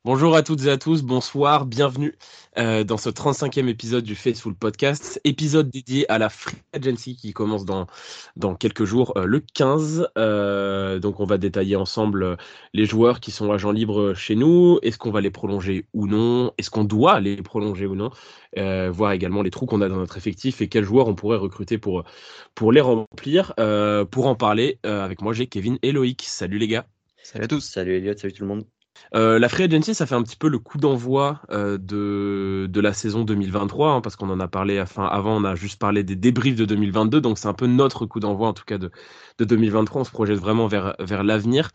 Bonjour à toutes et à tous, bonsoir, bienvenue dans ce 35e épisode du Faithful Podcast, épisode dédié à la Free Agency qui commence dans quelques jours, le 15. Donc on va détailler ensemble les joueurs qui sont agents libres chez nous, est-ce qu'on va les prolonger ou non, est-ce qu'on doit les prolonger ou non, voir également les trous qu'on a dans notre effectif et quels joueurs on pourrait recruter pour les remplir. Pour en parler, avec moi j'ai Kevin et Loïc. Salut les gars. Salut à tous. Salut Elliot, salut tout le monde. La Free Agency, ça fait un petit peu le coup d'envoi de la saison 2023, hein, parce qu'on en a parlé, enfin, avant, on a juste parlé des débriefs de 2022, donc c'est un peu notre coup d'envoi, en tout cas, de 2023. On se projette vraiment vers l'avenir.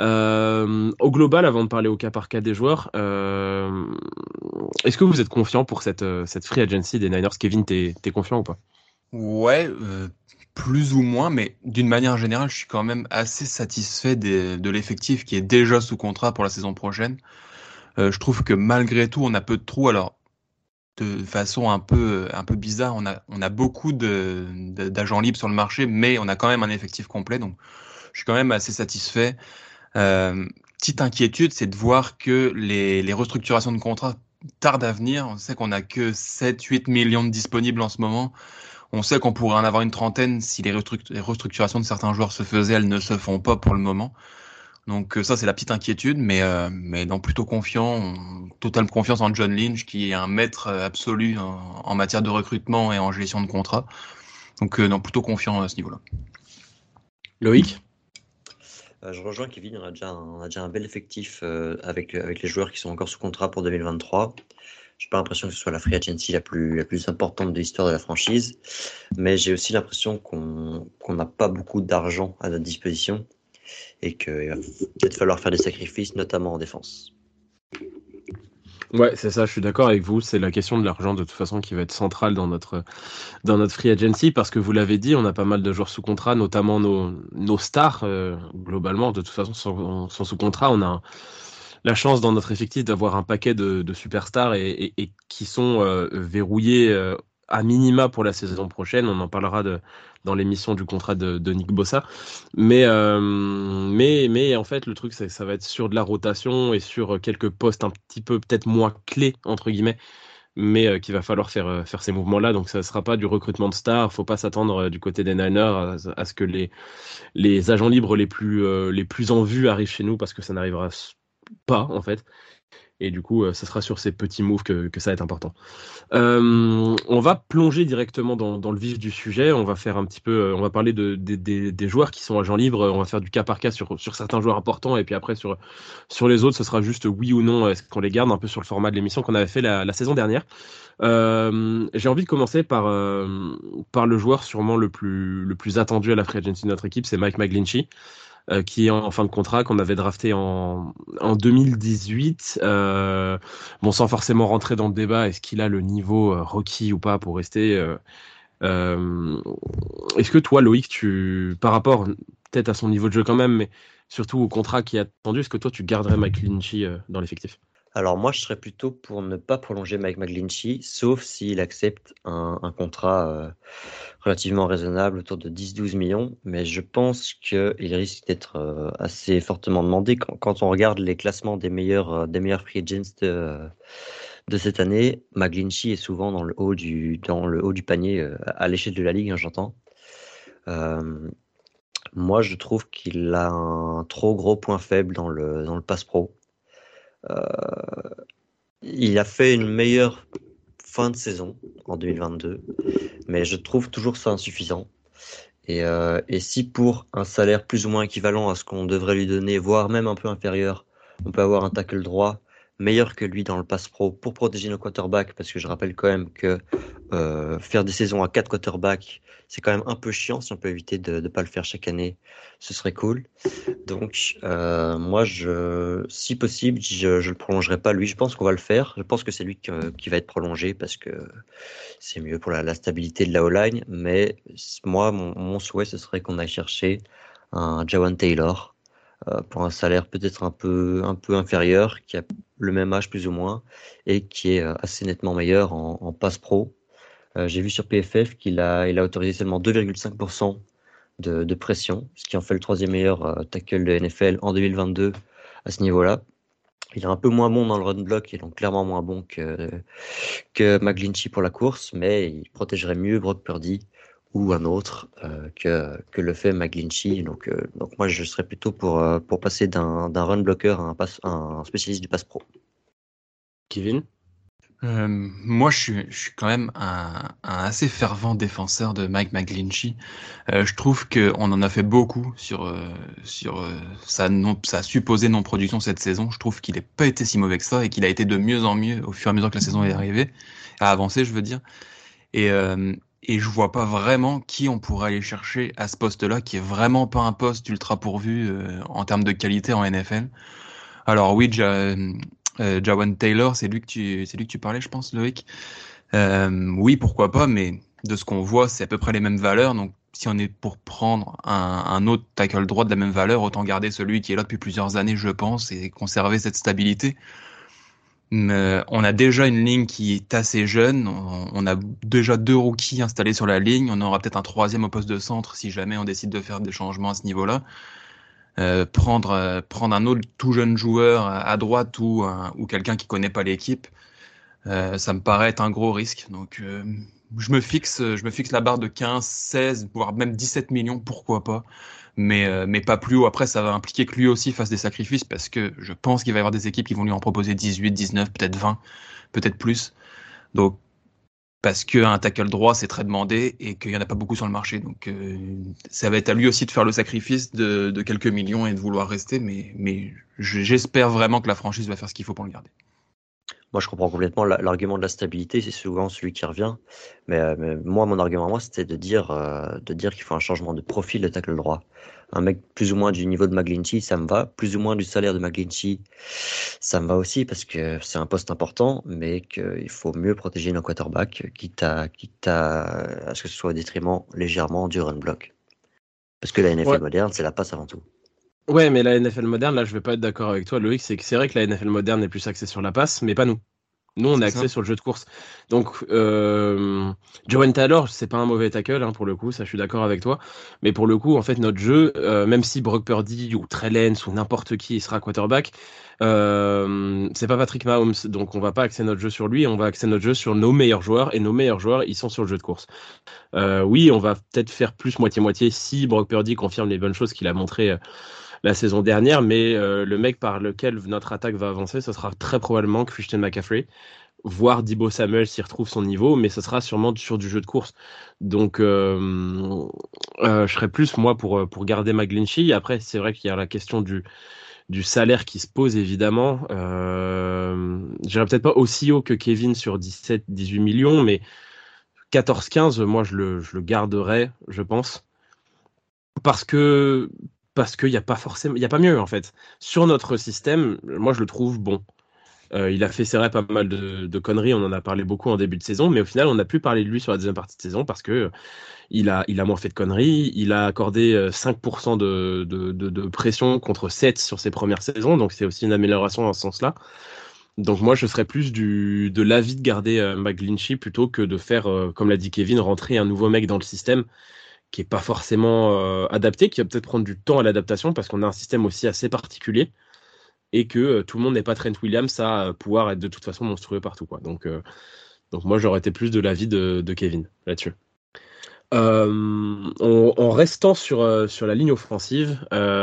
Au global, avant de parler au cas par cas des joueurs, est-ce que vous êtes confiant pour cette Free Agency des Niners? Kevin, t'es confiant ou pas? Ouais, plus ou moins, mais d'une manière générale, je suis quand même assez satisfait de l'effectif qui est déjà sous contrat pour la saison prochaine. Je trouve que malgré tout, on a peu de trous. Alors, de façon un peu bizarre, on a beaucoup d'agents libres sur le marché, mais on a quand même un effectif complet, donc je suis quand même assez satisfait. Euh, Petite inquiétude, c'est de voir que les restructurations de contrats tardent à venir. On sait qu'on a que 7-8 millions de disponibles en ce moment. On sait qu'on pourrait en avoir une trentaine si les restructurations de certains joueurs se faisaient, elles ne se font pas pour le moment. Donc ça, c'est la petite inquiétude, mais non, plutôt confiant, totale confiance en John Lynch, qui est un maître absolu en matière de recrutement et en gestion de contrat. Donc non, plutôt confiant à ce niveau-là. Loïc? Je rejoins Kevin, on a déjà un bel effectif avec les joueurs qui sont encore sous contrat pour 2023. Je n'ai pas l'impression que ce soit la free agency la plus importante de l'histoire de la franchise, mais j'ai aussi l'impression qu'on n'a pas beaucoup d'argent à notre disposition et qu'il va peut-être falloir faire des sacrifices, notamment en défense. Ouais, c'est ça, je suis d'accord avec vous. C'est la question de l'argent de toute façon qui va être centrale dans notre free agency parce que vous l'avez dit, on a pas mal de joueurs sous contrat, notamment nos stars globalement. De toute façon, sont sous contrat. On a la chance dans notre effectif d'avoir un paquet de superstars et qui sont verrouillés à minima pour la saison prochaine. On en parlera dans l'émission du contrat de Nick Bossa. Mais en fait, le truc, c'est que ça va être sur de la rotation et sur quelques postes un petit peu peut-être moins clés, entre guillemets, mais qu'il va falloir faire ces mouvements-là. Donc, ça ne sera pas du recrutement de stars. Faut pas s'attendre du côté des Niners à ce que les agents libres les plus en vue arrivent chez nous parce que ça n'arrivera pas, en fait. Et du coup, ça sera sur ces petits moves que ça va être important. On va plonger directement dans le vif du sujet. On va faire un petit peu, on va parler des joueurs qui sont agents libres. On va faire du cas par cas sur certains joueurs importants. Et puis après, sur les autres, ce sera juste oui ou non, est-ce qu'on les garde, un peu sur le format de l'émission qu'on avait fait la saison dernière. J'ai envie de commencer par le joueur sûrement le plus attendu à la free agency de notre équipe, c'est Mike McGlinchey, qui est en fin de contrat, qu'on avait drafté en 2018. Bon, sans forcément rentrer dans le débat, est-ce qu'il a le niveau requis ou pas pour rester euh, Est-ce que toi, Loïc, par rapport peut-être à son niveau de jeu quand même, mais surtout au contrat qui est attendu, est-ce que toi, tu garderais Mike Lynchy dans l'effectif? Alors moi, je serais plutôt pour ne pas prolonger Mike McGlinchey, sauf s'il accepte un contrat relativement raisonnable, autour de 10-12 millions. Mais je pense qu'il risque d'être assez fortement demandé. Quand on regarde les classements des meilleurs free agents de cette année, McGlinchey est souvent dans le haut du panier, à l'échelle de la ligue, hein, j'entends. Euh, Moi, je trouve qu'il a un trop gros point faible dans le pass pro. Euh, Il a fait une meilleure fin de saison en 2022, mais je trouve toujours ça insuffisant. Et si pour un salaire plus ou moins équivalent à ce qu'on devrait lui donner, voire même un peu inférieur, on peut avoir un tackle droit meilleur que lui dans le pass pro pour protéger nos quarterbacks, parce que je rappelle quand même que faire des saisons à 4 quarterbacks, c'est quand même un peu chiant. Si on peut éviter de ne pas le faire chaque année, ce serait cool. Donc, moi, si possible, je le prolongerai pas lui. Je pense qu'on va le faire. Je pense que c'est lui qui va être prolongé parce que c'est mieux pour la stabilité de la O-line. Mais moi, mon souhait, ce serait qu'on aille chercher un Jawan Taylor pour un salaire peut-être un peu inférieur, qui a le même âge plus ou moins et qui est assez nettement meilleur en pass pro. J'ai vu sur PFF il a autorisé seulement 2,5% de pression, ce qui en fait le troisième meilleur tackle de NFL en 2022 à ce niveau-là. Il est un peu moins bon dans le run block et donc clairement moins bon que McGlinchey pour la course, mais il protégerait mieux Brock Purdy ou un autre que le fait McGlinchey. Donc moi, je serais plutôt pour passer d'un run blocker à un spécialiste du pass pro. Kevin? Moi, je suis quand même un assez fervent défenseur de Mike McGlinchey. Je trouve qu'on en a fait beaucoup sur sa supposée non-production cette saison. Je trouve qu'il n'a pas été si mauvais que ça et qu'il a été de mieux en mieux au fur et à mesure que la saison est arrivée, à avancer, je veux dire. Et, euh, et je vois pas vraiment qui on pourrait aller chercher à ce poste-là, qui est vraiment pas un poste ultra pourvu en termes de qualité en NFL. Alors oui, Jawan Taylor, c'est lui que tu parlais, je pense, Loïc. Oui, pourquoi pas, mais de ce qu'on voit, c'est à peu près les mêmes valeurs. Donc, si on est pour prendre un autre tackle droit de la même valeur, autant garder celui qui est là depuis plusieurs années, je pense, et conserver cette stabilité. Mais on a déjà une ligne qui est assez jeune. On a déjà 2 rookies installés sur la ligne. On aura peut-être un troisième au poste de centre si jamais on décide de faire des changements à ce niveau-là. Prendre un autre tout jeune joueur à droite ou quelqu'un qui connaît pas l'équipe, ça me paraît être un gros risque. Donc, je me fixe la barre de 15, 16, voire même 17 millions, pourquoi pas. Mais pas plus haut. Après, ça va impliquer que lui aussi fasse des sacrifices parce que je pense qu'il va y avoir des équipes qui vont lui en proposer 18, 19, peut-être 20, peut-être plus. Donc, parce qu'un tackle droit, c'est très demandé et qu'il n'y en a pas beaucoup sur le marché. Donc, ça va être à lui aussi de faire le sacrifice de quelques millions et de vouloir rester. Mais j'espère vraiment que la franchise va faire ce qu'il faut pour le garder. Moi, je comprends complètement l'argument de la stabilité, c'est souvent celui qui revient. Mais moi, mon argument, moi, c'était de dire qu'il faut un changement de profil de tackle droit. Un mec plus ou moins du niveau de McGlinchey, ça me va. Plus ou moins du salaire de McGlinchey, ça me va aussi parce que c'est un poste important, mais qu'il faut mieux protéger nos quarterbacks, quitte à ce que ce soit au détriment légèrement du run block. Parce que la Ouais. NFL moderne, c'est la passe avant tout. Ouais, mais la NFL moderne, là, je vais pas être d'accord avec toi, Loïc. C'est vrai que la NFL moderne est plus axée sur la passe, mais pas nous. Nous, on est C'est axé ça? sur le jeu de course. Donc, Jawan Taylor, c'est pas un mauvais tackle, hein, pour le coup, ça, je suis d'accord avec toi. Mais pour le coup, en fait, notre jeu, même si Brock Purdy ou Trey Lance ou n'importe qui sera quarterback, c'est pas Patrick Mahomes. Donc, on va pas axer notre jeu sur lui, on va axer notre jeu sur nos meilleurs joueurs. Et nos meilleurs joueurs, ils sont sur le jeu de course. Oui, on va peut-être faire plus moitié-moitié si Brock Purdy confirme les bonnes choses qu'il a montrées la saison dernière, mais le mec par lequel notre attaque va avancer, ce sera très probablement Christian McCaffrey, voire Deebo Samuel s'il retrouve son niveau, mais ce sera sûrement sur du jeu de course. Donc, je serais plus, moi, pour garder McGlinchey. Après, c'est vrai qu'il y a la question du salaire qui se pose, évidemment. J'irai peut-être pas aussi haut que Kevin sur 17-18 millions, mais 14-15, moi, je le garderais, je pense. Parce que parce qu'il n'y a pas forcément, il y a pas mieux en fait. Sur notre système, moi je le trouve bon. Il a fait c'est vrai pas mal de conneries, on en a parlé beaucoup en début de saison, mais au final on a pu parler de lui sur la deuxième partie de saison parce que il a moins fait de conneries, il a accordé 5% de pression contre 7 sur ses premières saisons, donc c'est aussi une amélioration dans ce sens-là. Donc moi je serais plus de l'avis de garder McGlinchey plutôt que de faire, comme l'a dit Kevin, rentrer un nouveau mec dans le système qui est pas forcément adapté, qui va peut-être prendre du temps à l'adaptation parce qu'on a un système aussi assez particulier et que tout le monde n'est pas Trent Williams à pouvoir être de toute façon monstrueux partout, quoi. Donc moi j'aurais été plus de l'avis de Kevin là-dessus. En restant sur la ligne offensive,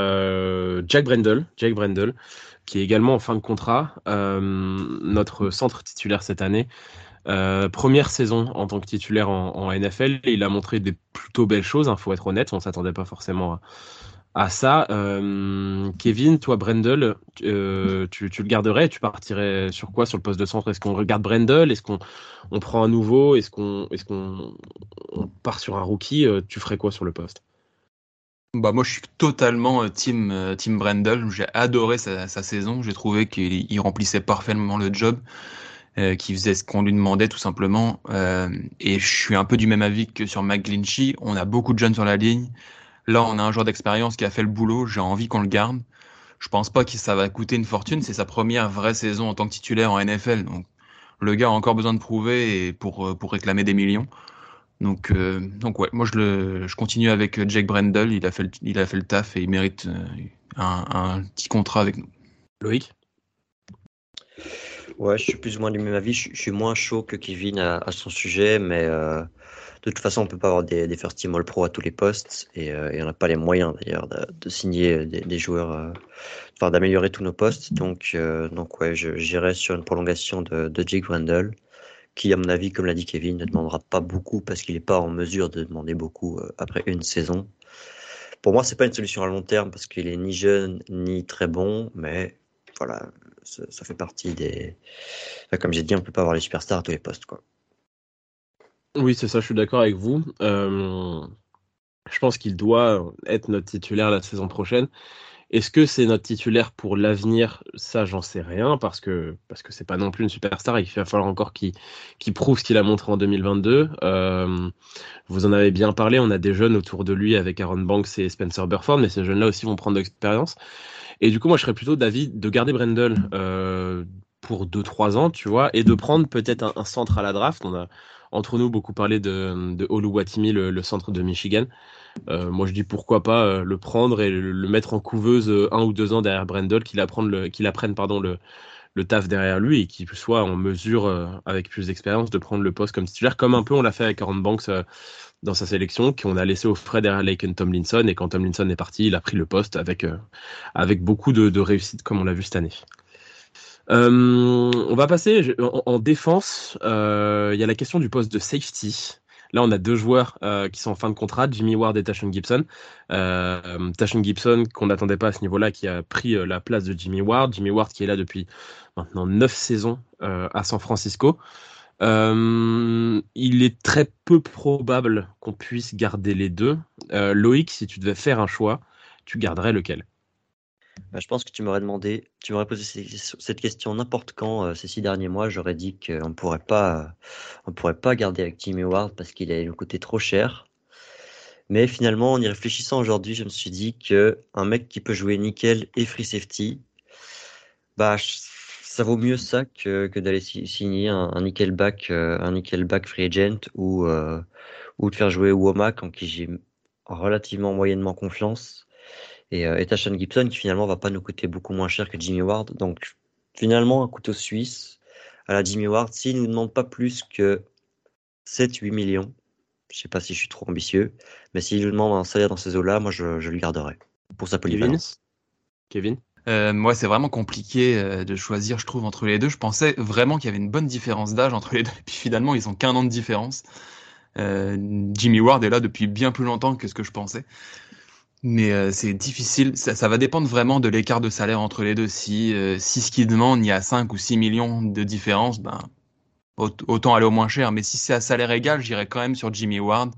Jack Brendel, qui est également en fin de contrat, notre centre titulaire cette année. Première saison en tant que titulaire en NFL, il a montré des plutôt belles choses, faut être honnête, on s'attendait pas forcément à ça. Kevin, toi, Brendel, tu le garderais, tu partirais sur quoi sur le poste de centre? Est-ce qu'on regarde Brendel? Est-ce qu'on prend un nouveau? Est-ce qu'on part sur un rookie? Tu ferais quoi sur le poste? Bah moi je suis totalement team Brendel. J'ai adoré sa saison. J'ai trouvé qu'il remplissait parfaitement le job, qu'il faisait ce qu'on lui demandait tout simplement. Et je suis un peu du même avis que sur McGlinchey. On a beaucoup de jeunes sur la ligne. Là on a un joueur d'expérience qui a fait le boulot. J'ai envie qu'on le garde. Je pense pas que ça va coûter une fortune. C'est sa première vraie saison en tant que titulaire en NFL. Donc le gars a encore besoin de prouver et pour réclamer des millions. Donc ouais, moi je continue avec Jake Brendel, il a fait le taf et il mérite un petit contrat avec nous. Loïc? Ouais, je suis plus ou moins du même avis. Je suis moins chaud que Kevin à son sujet, mais de toute façon, on peut pas avoir des first team all-pro à tous les postes et on n'a pas les moyens d'ailleurs de signer des joueurs, enfin d'améliorer tous nos postes. Donc ouais, j'irai sur une prolongation de Jake Brendel, qui à mon avis, comme l'a dit Kevin, ne demandera pas beaucoup parce qu'il n'est pas en mesure de demander beaucoup après une saison. Pour moi, c'est pas une solution à long terme parce qu'il est ni jeune ni très bon, mais voilà, ça fait partie des. Enfin, comme j'ai dit, on peut pas avoir les superstars à tous les postes, quoi. Oui, c'est ça, je suis d'accord avec vous. Je pense qu'il doit être notre titulaire la saison prochaine. Est-ce que c'est notre titulaire pour l'avenir? Ça, j'en sais rien parce que c'est pas non plus une superstar. Il va falloir encore qu'il prouve ce qu'il a montré en 2022. Vous en avez bien parlé. On a des jeunes autour de lui avec Aaron Banks et Spencer Burford, mais ces jeunes-là aussi vont prendre de l'expérience. Et du coup, moi, je serais plutôt d'avis de garder Brendel pour 2-3 ans, tu vois, et de prendre peut-être un centre à la draft. On a entre nous beaucoup parlé de Oluwatimi, le centre de Michigan. Moi, je dis pourquoi pas le prendre et le mettre en couveuse 1 ou 2 ans derrière Brendel, qu'il apprenne pardon, le taf derrière lui et qu'il soit en mesure, avec plus d'expérience, de prendre le poste comme titulaire, comme un peu on l'a fait avec Aaron Banks dans sa sélection, qu'on a laissé au frais derrière Laken Tomlinson. Et quand Tomlinson est parti, il a pris le poste avec beaucoup de réussite, comme on l'a vu cette année. On va passer en défense. Il y a la question du poste de safety. Là, on a 2 joueurs qui sont en fin de contrat, Jimmy Ward et Tashon Gibson. Tashon Gibson, qu'on n'attendait pas à ce niveau-là, qui a pris la place de Jimmy Ward. Jimmy Ward qui est là depuis maintenant 9 saisons à San Francisco. Il est très peu probable qu'on puisse garder les deux. Loïc, si tu devais faire un choix, tu garderais lequel? Bah, je pense que tu m'aurais posé cette question n'importe quand ces 6 derniers mois, j'aurais dit on pourrait pas garder avec Jimmy Ward parce qu'il allait nous coûter trop cher. Mais finalement, en y réfléchissant aujourd'hui, je me suis dit que un mec qui peut jouer nickel et free safety, bah, ça vaut mieux ça que d'aller signer un nickelback free agent ou de faire jouer Womack en qui j'ai relativement moyennement confiance. Et Tashawn Gibson qui finalement va pas nous coûter beaucoup moins cher que Jimmy Ward. Donc finalement, un couteau suisse à la Jimmy Ward, s'il nous demande pas plus que 7-8 millions, je sais pas si je suis trop ambitieux, mais s'il nous demande un salaire dans ces eaux-là, moi je le garderai pour sa Kevin? polyvalence. Kevin? Moi, c'est vraiment compliqué de choisir, je trouve, entre les deux. Je pensais vraiment qu'il y avait une bonne différence d'âge entre les deux, et puis finalement, ils ont qu'1 an de différence. Jimmy Ward est là depuis bien plus longtemps que ce que je pensais. Mais c'est difficile, ça va dépendre vraiment de l'écart de salaire entre les deux. Si ce qu'ils demandent, il y a 5 ou 6 millions de différence, ben, autant aller au moins cher. Mais si c'est à salaire égal, j'irai quand même sur Jimmy Ward.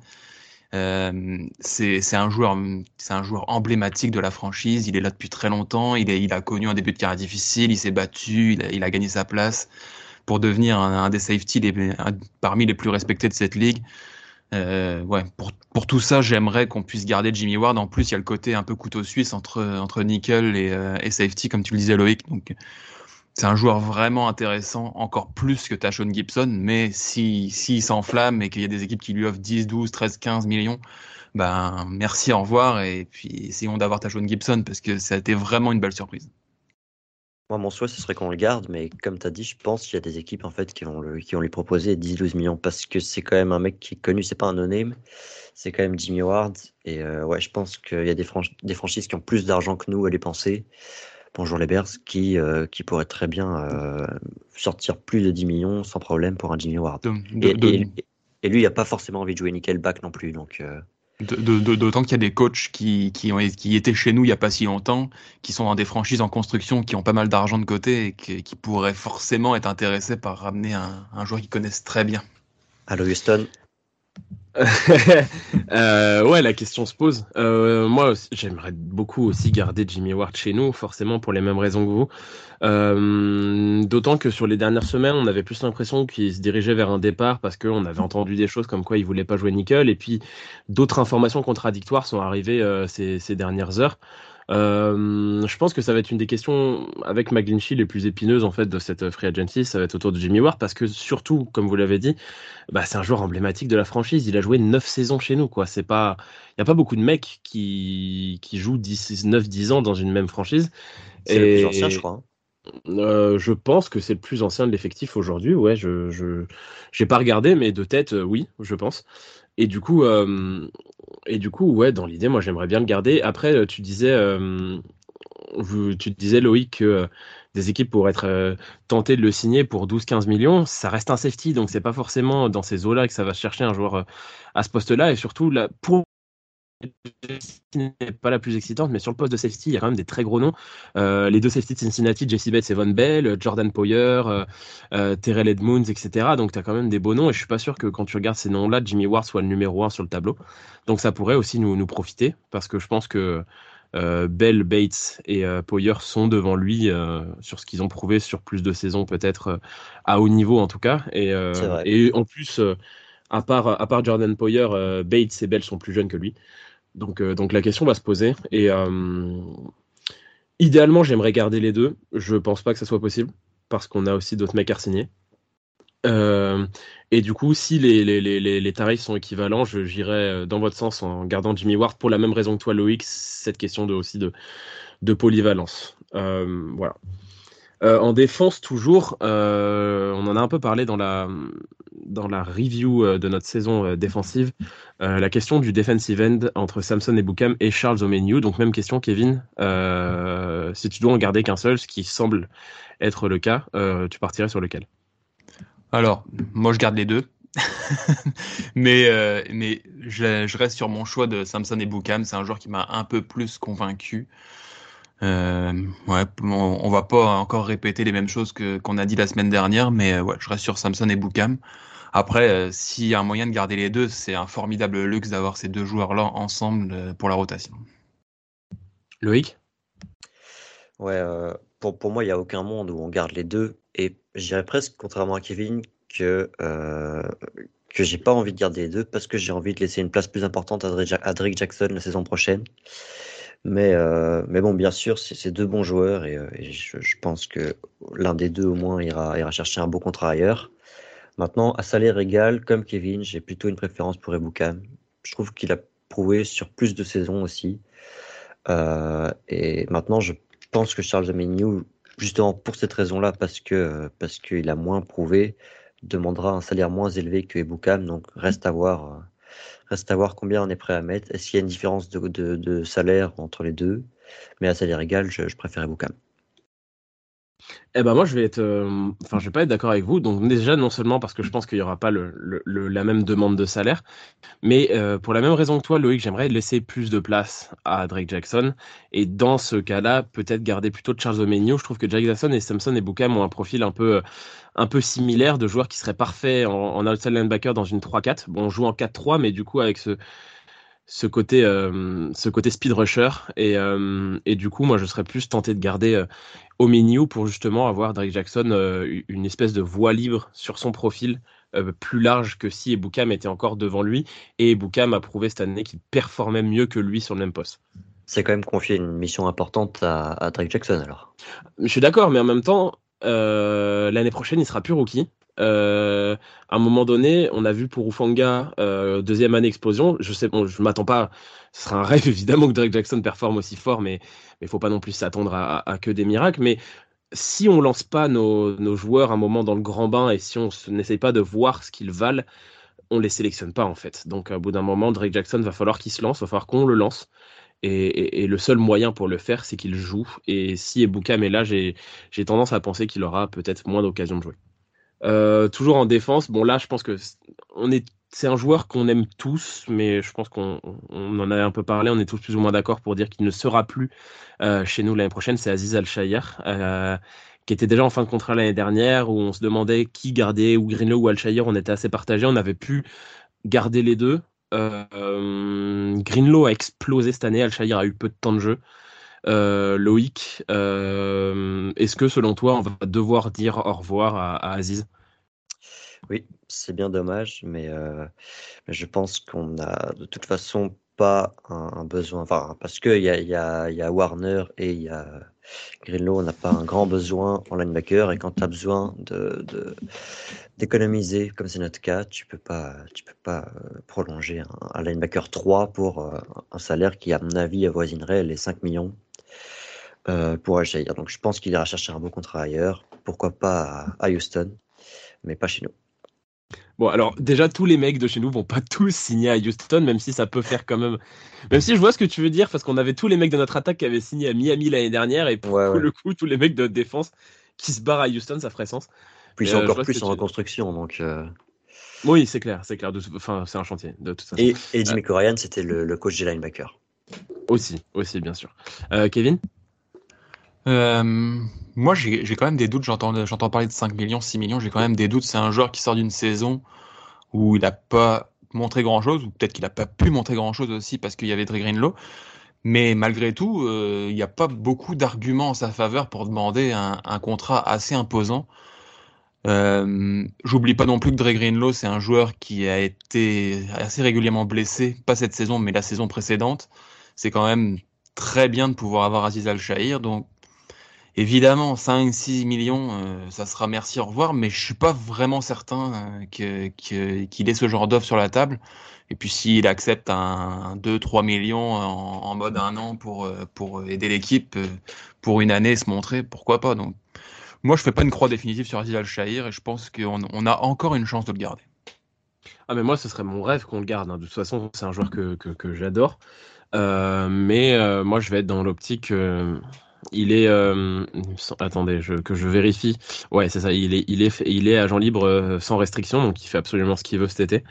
C'est un joueur emblématique de la franchise. Il est là depuis très longtemps. Il a connu un début de carrière difficile. Il s'est battu. Il a gagné sa place pour devenir un des safety parmi les plus respectés de cette ligue. Ouais, pour tout ça, j'aimerais qu'on puisse garder Jimmy Ward. En plus, il y a le côté un peu couteau suisse entre nickel et safety, comme tu le disais, Loïc. Donc, c'est un joueur vraiment intéressant, encore plus que Tashon Gibson. Mais s'il s'enflamme et qu'il y a des équipes qui lui offrent 10, 12, 13, 15 millions, ben, merci, au revoir. Et puis, essayons d'avoir Tashon Gibson parce que ça a été vraiment une belle surprise. Moi, mon souhait, ce serait qu'on le garde, mais comme tu as dit, je pense qu'il y a des équipes en fait qui vont lui proposer 10-12 millions parce que c'est quand même un mec qui est connu, c'est pas un no-name, c'est quand même Jimmy Ward. Et ouais, je pense qu'il y a des franchises qui ont plus d'argent que nous à dépenser. Bonjour les Bears, qui pourraient très bien sortir plus de 10 millions sans problème pour un Jimmy Ward. De, de, Et, de, et, et lui, il n'a pas forcément envie de jouer Nickelback non plus, donc D'autant qu'il y a des coachs qui étaient chez nous il y a pas si longtemps, qui sont dans des franchises en construction, qui ont pas mal d'argent de côté et qui pourraient forcément être intéressés par ramener un joueur qu'ils connaissent très bien. Allo Houston. Ouais, la question se pose. Moi, j'aimerais beaucoup aussi garder Jimmy Ward chez nous, forcément pour les mêmes raisons que vous. D'autant que sur les dernières semaines, on avait plus l'impression qu'il se dirigeait vers un départ parce qu'on avait entendu des choses comme quoi il voulait pas jouer nickel. Et puis d'autres informations contradictoires sont arrivées ces dernières heures. Je pense que ça va être une des questions avec McGlinchey les plus épineuses en fait de cette free agency. Ça va être autour de Jimmy Ward parce que surtout, comme vous l'avez dit, bah, c'est un joueur emblématique de la franchise. Il a joué 9 saisons chez nous, quoi. Il y a pas beaucoup de mecs qui jouent 9-10 ans dans une même franchise. C'est le plus ancien, je crois, hein. Je pense que c'est le plus ancien de l'effectif aujourd'hui. Ouais, j'ai pas regardé, mais de tête, oui, je pense. Et du coup, ouais, dans l'idée, moi, j'aimerais bien le garder. Après, tu disais Loïc que des équipes pourraient être tentées de le signer pour 12-15 millions. Ça reste un safety, donc c'est pas forcément dans ces eaux-là que ça va chercher un joueur à ce poste-là. Et surtout, là, pour n'est pas la plus excitante, mais sur le poste de safety, il y a quand même des très gros noms. Les deux safety de Cincinnati, Jesse Bates et Von Bell, Jordan Poyer, Terrell Edmunds, etc. Donc tu as quand même des beaux noms, et je suis pas sûr que quand tu regardes ces noms-là, Jimmy Ward soit le numéro 1 sur le tableau. Donc ça pourrait aussi nous profiter, parce que je pense que Bell, Bates et Poyer sont devant lui sur ce qu'ils ont prouvé sur plus de saisons, peut-être à haut niveau en tout cas. C'est vrai. Et en plus, à part Jordan Poyer, Bates et Bell sont plus jeunes que lui. Donc la question va se poser. Et idéalement, j'aimerais garder les deux. Je pense pas que ça soit possible parce qu'on a aussi d'autres mecs à signer. Et du coup, si les tarifs sont équivalents, j'irai dans votre sens en gardant Jimmy Ward pour la même raison que toi, Loïc, cette question de polyvalence. Voilà. En défense, toujours, on en a un peu parlé dans la review de notre saison défensive, la question du defensive end entre Samson Ebukam et Charles Omenihu. Donc même question, Kevin, si tu dois en garder qu'un seul, ce qui semble être le cas, tu partirais sur lequel? Alors, moi, je garde les deux. Mais je reste sur mon choix de Samson et Boukham. C'est un joueur qui m'a un peu plus convaincu. Ouais, on va pas encore répéter les mêmes choses qu'on a dit la semaine dernière, mais ouais, je reste sur Samson et Boukham. Après, s'il y a un moyen de garder les deux, c'est un formidable luxe d'avoir ces deux joueurs-là ensemble pour la rotation. Loïc? Ouais, pour moi, il n'y a aucun monde où on garde les deux. Et je dirais presque, contrairement à Kevin, que j'ai pas envie de garder les deux parce que j'ai envie de laisser une place plus importante à Drake Jackson la saison prochaine. Mais bon, bien sûr, c'est deux bons joueurs et je pense que l'un des deux au moins ira chercher un beau contrat ailleurs. Maintenant, à salaire égal, comme Kevin, j'ai plutôt une préférence pour Ebukam. Je trouve qu'il a prouvé sur plus de saisons aussi. Et maintenant, je pense que Charles Omenihu, justement pour cette raison-là, parce qu'il a moins prouvé, demandera un salaire moins élevé que Ebukam. Donc reste à voir combien on est prêt à mettre. Est-ce qu'il y a une différence de salaire entre les deux? Mais à salaire égal, je préfère Ebukam. Eh ben moi je vais pas être d'accord avec vous. Donc déjà non seulement parce que je pense qu'il y aura pas la même demande de salaire, mais pour la même raison que toi, Loïc, j'aimerais laisser plus de place à Drake Jackson. Et dans ce cas-là, peut-être garder plutôt Charles Omenihu. Je trouve que Drake Jackson et Samson et Boukham ont un profil un peu similaire de joueurs qui seraient parfaits en outside linebacker dans une 3-4. Bon, on joue en 4-3, mais du coup avec ce côté speed rusher. Et du coup, moi, je serais plus tenté de garder Omenihu pour justement avoir Drake Jackson une espèce de voie libre sur son profil plus large que si Ebukam était encore devant lui. Et Ebukam a prouvé cette année qu'il performait mieux que lui sur le même poste. C'est quand même confier une mission importante à Drake Jackson alors. Je suis d'accord, mais en même temps, l'année prochaine, il sera plus rookie. À un moment donné, on a vu pour Ufanga, deuxième année explosion. Je sais, bon, je m'attends pas. Ce sera un rêve évidemment que Drake Jackson performe aussi fort, mais il faut pas non plus s'attendre à que des miracles. Mais si on lance pas nos joueurs un moment dans le grand bain et si on n'essaye pas de voir ce qu'ils valent, on les sélectionne pas en fait. Donc, au bout d'un moment, Drake Jackson va falloir qu'il se lance, va falloir qu'on le lance. Et le seul moyen pour le faire, c'est qu'il joue. Et si Ebukam est là, j'ai tendance à penser qu'il aura peut-être moins d'occasions de jouer. Toujours en défense, bon là, je pense que c'est un joueur qu'on aime tous, mais je pense qu'on en a un peu parlé, on est tous plus ou moins d'accord pour dire qu'il ne sera plus chez nous l'année prochaine. C'est Aziz Al-Shaair, qui était déjà en fin de contrat l'année dernière, où on se demandait qui garder, ou Greenlaw ou Al-Shaair. On était assez partagés, on avait pu garder les deux. Greenlaw a explosé cette année, Al-Shaair a eu peu de temps de jeu. Loïc, est-ce que selon toi, on va devoir dire au revoir à Aziz? Oui, c'est bien dommage, mais je pense qu'on n'a de toute façon pas un besoin. Enfin, parce qu'il y a Warner et il y a Greenlaw, on n'a pas un grand besoin en linebacker. Et quand tu as besoin d'économiser, comme c'est notre cas, tu peux pas prolonger un linebacker 3 pour un salaire qui, à mon avis, avoisinerait les 5 millions. pour Al-Shahir. Donc je pense qu'il ira chercher un beau contrat ailleurs. Pourquoi pas à Houston, mais pas chez nous. Bon, alors déjà, tous les mecs de chez nous vont pas tous signer à Houston, même si ça peut faire quand même. Même si je vois ce que tu veux dire, parce qu'on avait tous les mecs de notre attaque qui avaient signé à Miami l'année dernière, et pour Ouais. le coup, tous les mecs de notre défense qui se barrent à Houston, ça ferait sens. Puis Mais c'est je encore vois ce plus que en tu... reconstruction. Donc, Oui, c'est clair, c'est clair. Enfin, c'est un chantier, de toute façon. et Jimmy Corian, c'était le coach des linebackers. Aussi, bien sûr. Kevin? Moi, j'ai quand même des doutes. J'entends parler de 5 millions, 6 millions. J'ai quand même des doutes. C'est un joueur qui sort d'une saison où il n'a pas montré grand-chose, ou peut-être qu'il n'a pas pu montrer grand-chose aussi parce qu'il y avait Dre Greenlaw. Mais malgré tout, il n'y a pas beaucoup d'arguments en sa faveur pour demander un contrat assez imposant. J'oublie pas non plus que Dre Greenlaw, c'est un joueur qui a été assez régulièrement blessé, pas cette saison, mais la saison précédente. C'est quand même très bien de pouvoir avoir Aziz Al-Shahir. Donc, évidemment, 5-6 millions, ça sera merci, au revoir, mais je suis pas vraiment certain qu'il ait ce genre d'offre sur la table. Et puis s'il accepte un 2-3 millions en mode un an pour aider l'équipe pour une année se montrer, pourquoi pas. Donc moi je fais pas une croix définitive sur Aziz Al-Shahir et je pense qu'on a encore une chance de le garder. Ah, mais moi, ce serait mon rêve qu'on le garde, hein. De toute façon, c'est un joueur que j'adore. Mais moi, je vais être dans l'optique. Il est. Attendez, que je vérifie. Ouais, c'est ça. Il est agent libre sans restriction, donc il fait absolument ce qu'il veut cet été.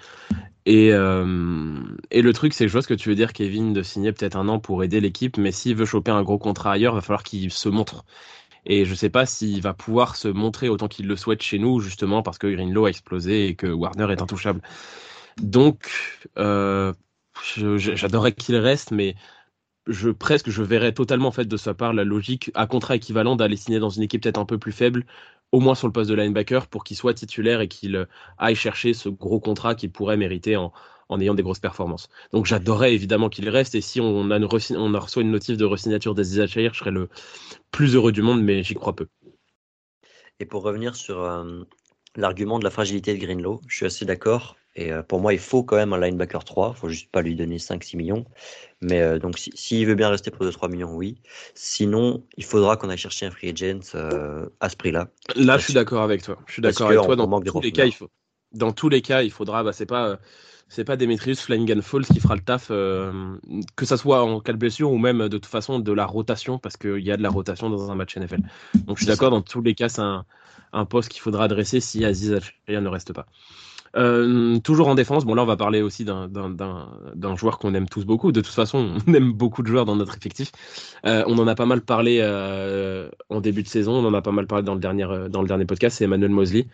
Et le truc, c'est que je vois ce que tu veux dire, Kevin, de signer peut-être un an pour aider l'équipe, mais s'il veut choper un gros contrat ailleurs, va falloir qu'il se montre. Et je sais pas s'il va pouvoir se montrer autant qu'il le souhaite chez nous, justement parce que Greenlaw a explosé et que Warner est intouchable. Donc, j'adorerais qu'il reste, mais je verrais totalement en fait de sa part la logique à contrat équivalent d'aller signer dans une équipe peut-être un peu plus faible, au moins sur le poste de linebacker, pour qu'il soit titulaire et qu'il aille chercher ce gros contrat qu'il pourrait mériter en ayant des grosses performances. Donc j'adorerais évidemment qu'il reste, et si on a reçoit une notif de re-signature d'Aziz Al-Shahir, je serais le plus heureux du monde, mais j'y crois peu. Et pour revenir sur l'argument de la fragilité de Greenlaw, je suis assez d'accord. Et pour moi, il faut quand même un linebacker 3. Il faut juste pas lui donner 5-6 millions. Mais donc, s'il veut bien rester pour 2-3 millions, oui. Sinon, il faudra qu'on aille chercher un free agent à ce prix-là. Là, je suis Parce, d'accord avec toi. Je suis parce d'accord avec toi. qu'on manque de profondeur. Dans tous les cas, il faudra. Bah, c'est pas Demetrius Flannigan-Falls qui fera le taf, que ça soit en cas de blessure ou même de toute façon de la rotation, parce qu'il y a de la rotation dans un match NFL. Donc, je suis C'est d'accord. ça. Dans tous les cas, c'est un poste qu'il faudra adresser si Aziz Al-Shahir ne reste pas. Toujours en défense, bon là on va parler aussi d'un joueur qu'on aime tous beaucoup. De toute façon, on aime beaucoup de joueurs dans notre effectif. On en a pas mal parlé en début de saison, on en a pas mal parlé dans le dernier podcast, c'est Emmanuel Moseley.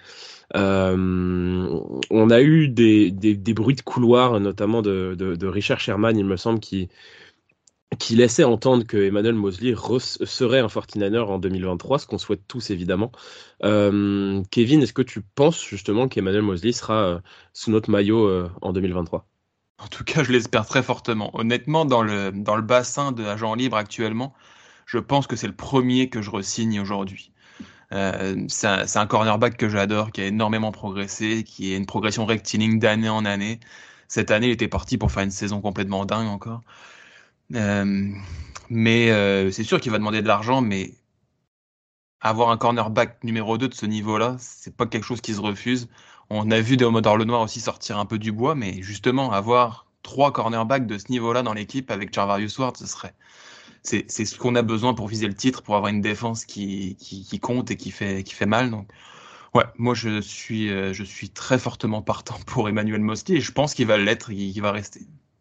On a eu des bruits de couloir, notamment de Richard Sherman, il me semble, qui laissait entendre que Emmanuel Moseley serait un 49er en 2023, ce qu'on souhaite tous évidemment. Kevin, est-ce que tu penses justement qu'Emmanuel Moseley sera sous notre maillot en 2023? En tout cas, je l'espère très fortement. Honnêtement, dans le bassin de agents libres actuellement, je pense que c'est le premier que je re-signe aujourd'hui. C'est un cornerback que j'adore, qui a énormément progressé, qui a une progression rectiligne d'année en année. Cette année, il était parti pour faire une saison complètement dingue encore. Euh, mais c'est sûr qu'il va demander de l'argent, mais avoir un cornerback numéro 2 de ce niveau-là, c'est pas quelque chose qui se refuse. On a vu Deomodor Lenoir aussi sortir un peu du bois, mais justement, avoir 3 cornerbacks de ce niveau-là dans l'équipe avec Charvarius Ward, c'est ce qu'on a besoin pour viser le titre, pour avoir une défense qui compte et qui fait mal. Donc, ouais, moi je suis très fortement partant pour Emmanuel Moseley et je pense qu'il va l'être, qu'il va rester.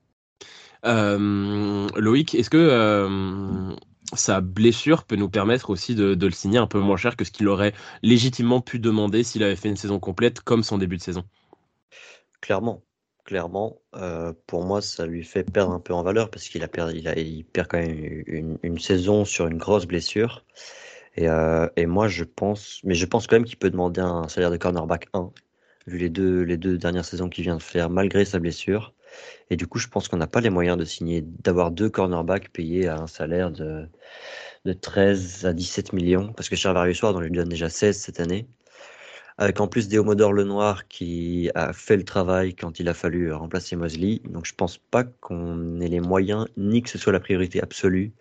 Loïc, est-ce que sa blessure peut nous permettre aussi de le signer un peu moins cher que ce qu'il aurait légitimement pu demander s'il avait fait une saison complète comme son début de saison? Clairement. Clairement. Pour moi, ça lui fait perdre un peu en valeur parce il perd quand même une saison sur une grosse blessure. Et moi, je pense quand même qu'il peut demander un salaire de cornerback 1, vu les deux dernières saisons qu'il vient de faire, malgré sa blessure. Et du coup, je pense qu'on n'a pas les moyens d'avoir 2 cornerbacks payés à un salaire de 13 à 17 millions, parce que Charvarius Ward, on lui donne déjà 16 cette année. Avec en plus Deomodor Lenoir qui a fait le travail quand il a fallu remplacer Moseley. Donc je pense pas qu'on ait les moyens, ni que ce soit la priorité absolue,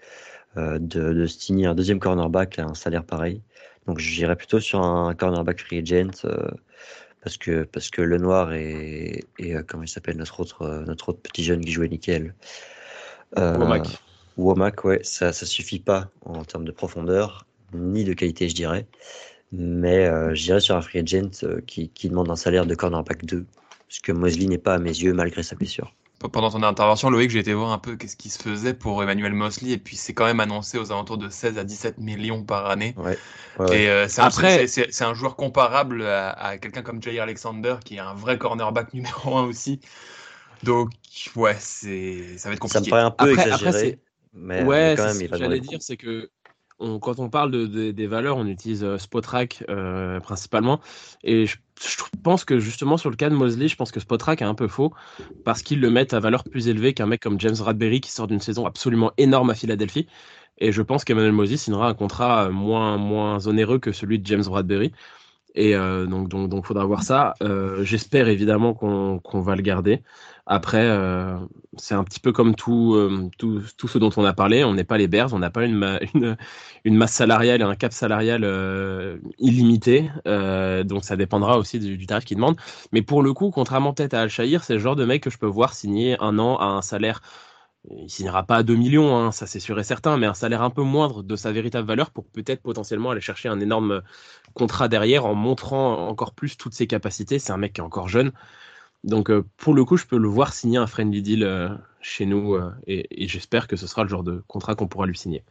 de signer un deuxième cornerback à un salaire pareil. Donc j'irais plutôt sur un cornerback free agent parce que Lenoir et comment il s'appelle notre autre petit jeune qui jouait nickel. Womack. Womack, ouais, ça suffit pas en termes de profondeur ni de qualité, je dirais. Mais je dirais sur un free agent qui demande un salaire de cornerback 2, parce que Mosley n'est pas à mes yeux malgré sa blessure. Pendant ton intervention, Loïc, j'ai été voir un peu qu'est-ce qui se faisait pour Emmanuel Mosley, et puis c'est quand même annoncé aux alentours de 16 à 17 millions par année. Ouais. Et Après, c'est un joueur comparable à quelqu'un comme Jair Alexander, qui est un vrai cornerback numéro 1 aussi. Donc, ouais, ça va être compliqué. Ça me paraît un peu exagéré, mais ouais, quand c'est même, ce il que va j'allais demander dire, c'est que quand on parle des valeurs, on utilise Spotrac principalement. Et je pense que justement sur le cas de Mosley, je pense que Spotrac est un peu faux parce qu'ils le mettent à valeur plus élevée qu'un mec comme James Bradberry qui sort d'une saison absolument énorme à Philadelphie. Et je pense qu'Emmanuel Mosley signera un contrat moins onéreux que celui de James Bradberry. Et donc faudra voir ça. J'espère évidemment qu'on va le garder. Après, c'est un petit peu comme tout ce dont on a parlé. On n'est pas les Bears, on n'a pas une masse salariale et un cap salarial illimité. Donc ça dépendra aussi du tarif qu'ils demandent. Mais pour le coup, contrairement peut-être à Al-Shahir, c'est le genre de mec que je peux voir signer un an à un salaire. Il signera pas à 2 millions, hein, ça c'est sûr et certain, mais un salaire un peu moindre de sa véritable valeur pour peut-être potentiellement aller chercher un énorme contrat derrière en montrant encore plus toutes ses capacités. C'est un mec qui est encore jeune. Donc pour le coup, je peux le voir signer un friendly deal chez nous et j'espère que ce sera le genre de contrat qu'on pourra lui signer.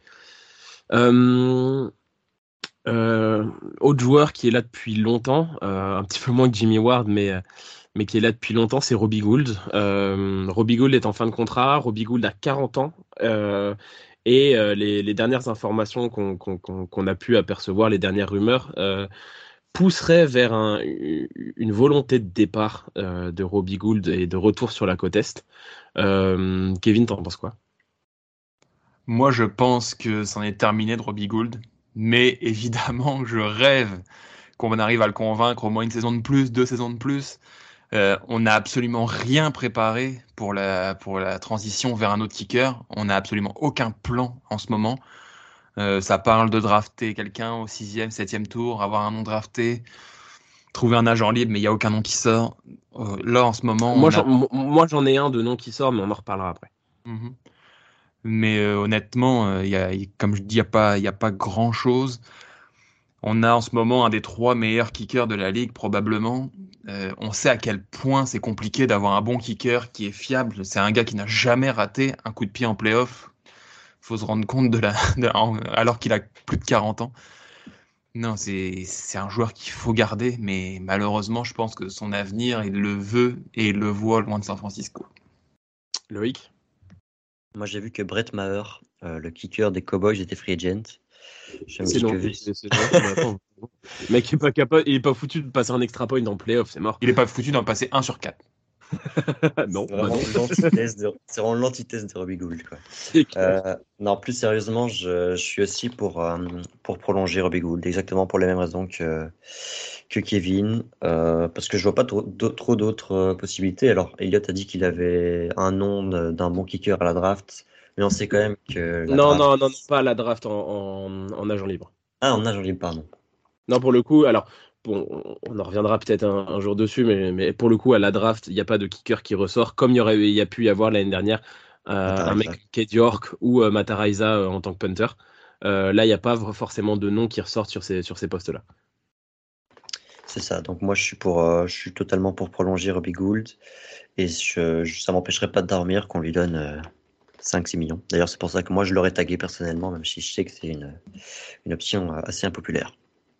Autre joueur qui est là depuis longtemps, un petit peu moins que Jimmy Ward, mais qui est là depuis longtemps, c'est Robbie Gould. Robbie Gould est en fin de contrat. Robbie Gould a 40 ans. Les dernières informations qu'on a pu apercevoir, les dernières rumeurs, pousseraient vers une volonté de départ de Robbie Gould et de retour sur la côte Est. Kevin, t'en penses quoi? Moi, je pense que c'en est terminé de Robbie Gould. Mais évidemment, je rêve qu'on arrive à le convaincre au moins une saison de plus, 2 saisons de plus. On n'a absolument rien préparé pour la transition vers un autre kicker. On n'a absolument aucun plan en ce moment. Ça parle de drafter quelqu'un au 6e, 7e tour, avoir un nom drafté, trouver un agent libre, mais il n'y a aucun nom qui sort. Là, en ce moment, Moi, j'en ai un de nom qui sort, mais on en reparlera après. Mhm. Mais honnêtement, comme je dis, il y a pas grand-chose. On a en ce moment un des 3 meilleurs kickers de la ligue, probablement. On sait à quel point c'est compliqué d'avoir un bon kicker qui est fiable. C'est un gars qui n'a jamais raté un coup de pied en playoff. Faut se rendre compte alors qu'il a plus de 40 ans. Non, c'est un joueur qu'il faut garder, mais malheureusement, je pense que son avenir, il le veut et il le voit loin de San Francisco. Loïc? Moi, j'ai vu que Brett Maher, le kicker des Cowboys, était free agent. Je me dis que vu... Le mec est pas capable, il est pas foutu de passer un extra point en playoff, c'est mort. Il est pas foutu d'en passer 1 sur 4. Non, c'est vraiment l'antithèse de Robbie Gould, quoi. Non, plus sérieusement, je suis aussi pour prolonger Robbie Gould, exactement pour les mêmes raisons que Kevin, parce que je vois pas trop d'autres possibilités. Alors, Elliot a dit qu'il avait un nom d'un bon kicker à la draft, mais on sait quand même que non, pas à la draft en agent libre. Ah, en agent libre, pardon. Non, pour le coup, alors, bon, on en reviendra peut-être un jour dessus, mais pour le coup, à la draft, il n'y a pas de kicker qui ressort, comme il y a pu y avoir l'année dernière un mec comme Kate York ou Mataraisa en tant que punter. Là, il n'y a pas forcément de nom qui ressortent sur ces postes-là. C'est ça, donc moi je suis totalement pour prolonger Robbie Gould, et ça m'empêcherait pas de dormir qu'on lui donne 5-6 millions. D'ailleurs, c'est pour ça que moi je l'aurais tagué personnellement, même si je sais que c'est une option assez impopulaire.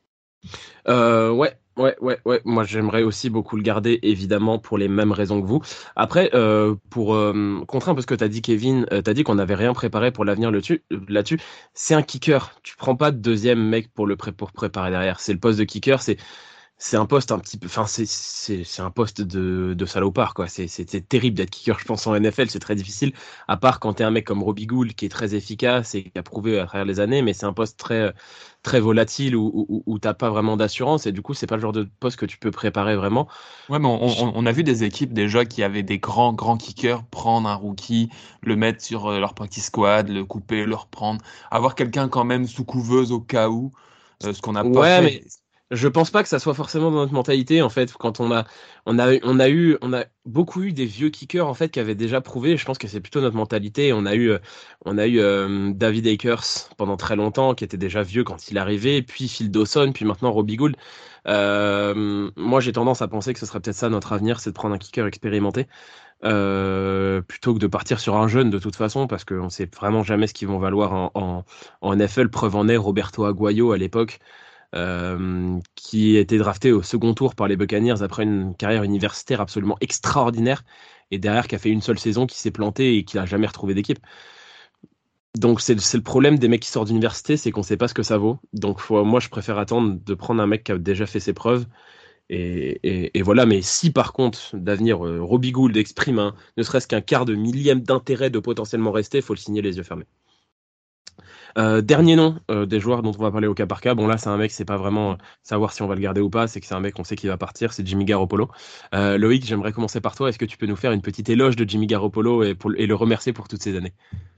Ouais. Moi, j'aimerais aussi beaucoup le garder, évidemment, pour les mêmes raisons que vous. Après, pour contrer un peu ce que tu as dit, Kevin, tu as dit qu'on n'avait rien préparé pour l'avenir là-dessus. C'est un kicker. Tu prends pas de deuxième mec pour préparer derrière. C'est le poste de kicker. c'est un poste un petit peu, enfin c'est un poste de salopard quoi. C'est terrible d'être kicker, je pense en NFL, c'est très difficile. À part quand t'es un mec comme Robbie Gould qui est très efficace et qui a prouvé à travers les années, mais c'est un poste très volatile où t'as pas vraiment d'assurance et du coup c'est pas le genre de poste que tu peux préparer vraiment. Ouais, mais on a vu des équipes déjà qui avaient des grands kickers prendre un rookie, le mettre sur leur practice squad, le couper, le reprendre, avoir quelqu'un quand même sous couveuse au cas où, ce qu'on n'a pas Ouais, mais fait. je pense pas que ça soit forcément dans notre mentalité en fait. Quand on a beaucoup eu des vieux kickers en fait qui avaient déjà prouvé. Je pense que c'est plutôt notre mentalité. On a eu David Akers pendant très longtemps qui était déjà vieux quand il arrivait, puis Phil Dawson, puis maintenant Robbie Gould. Moi, j'ai tendance à penser que ce serait peut-être ça notre avenir, c'est de prendre un kicker expérimenté plutôt que de partir sur un jeune de toute façon, parce qu'on sait vraiment jamais ce qu'ils vont valoir en NFL. Preuve en est Roberto Aguayo à l'époque qui était drafté au second tour par les Buccaneers après une carrière universitaire absolument extraordinaire et derrière qui a fait une seule saison, qui s'est planté et qui n'a jamais retrouvé d'équipe. Donc c'est le problème des mecs qui sortent d'université, c'est qu'on sait pas ce que ça vaut. Donc moi je préfère attendre de prendre un mec qui a déjà fait ses preuves et voilà. Mais si par contre d'avenir Robbie Gould exprime ne serait-ce qu'un quart de millième d'intérêt de potentiellement rester, il faut le signer les yeux fermés. Dernier nom des joueurs dont on va parler au cas par cas. Bon là c'est un mec, c'est pas vraiment savoir si on va le garder ou pas, c'est que c'est un mec on sait qu'il va partir, c'est Jimmy Garoppolo. Loïc, j'aimerais commencer par toi. Est-ce que tu peux nous faire une petite éloge de Jimmy Garoppolo et le remercier pour toutes ces années?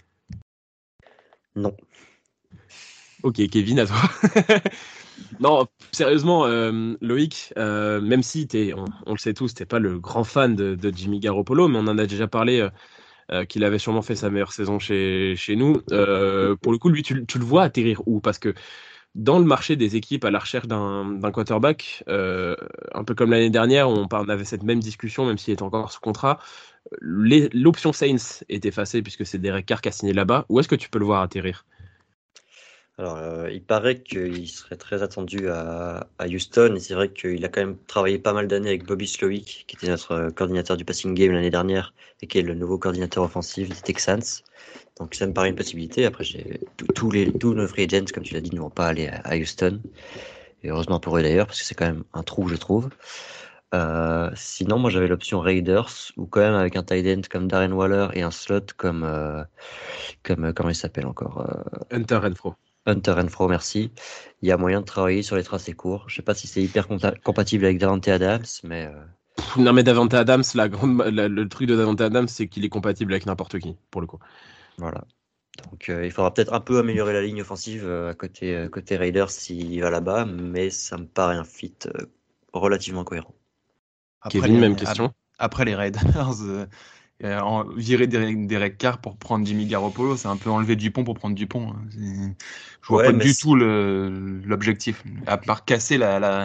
Non. Ok, Kevin, à toi. Non, sérieusement, Loïc, même si on le sait tous, t'es pas le grand fan de Jimmy Garoppolo, mais on en a déjà parlé qu'il avait sûrement fait sa meilleure saison chez nous. Pour le coup, lui, tu le vois atterrir où? Parce que dans le marché des équipes à la recherche d'un quarterback, un peu comme l'année dernière, on avait cette même discussion, même s'il est encore sous contrat. L'option Saints est effacée puisque c'est Derek Carr qui a signé là-bas. Où est-ce que tu peux le voir atterrir? Alors, il paraît qu'il serait très attendu à Houston, et c'est vrai qu'il a quand même travaillé pas mal d'années avec Bobby Slowick, qui était notre coordinateur du passing game l'année dernière, et qui est le nouveau coordinateur offensif des Texans. Donc ça me paraît une possibilité. Après, tous nos free agents, comme tu l'as dit, ne vont pas aller à Houston. Et heureusement pour eux d'ailleurs, parce que c'est quand même un trou, je trouve. Sinon, moi j'avais l'option Raiders, ou quand même avec un tight end comme Darren Waller et un slot comme comment il s'appelle encore Hunter Renfro. Hunter Renfro, merci. Il y a moyen de travailler sur les tracés courts. Je sais pas si c'est hyper compatible avec Davante Adams, mais Non mais Davante Adams, le truc de Davante Adams, c'est qu'il est compatible avec n'importe qui, pour le coup. voilà. Donc il faudra peut-être un peu améliorer la ligne offensive à côté Raiders s'il va là-bas, mais ça me paraît un fit relativement cohérent. Kevin, même question. Après les Raiders, virer Derek Carr pour prendre Jimmy Garoppolo, c'est un peu enlever Dupont pour prendre Dupont. Hein. Je vois Ouais, pas mais du tout l'objectif. À part casser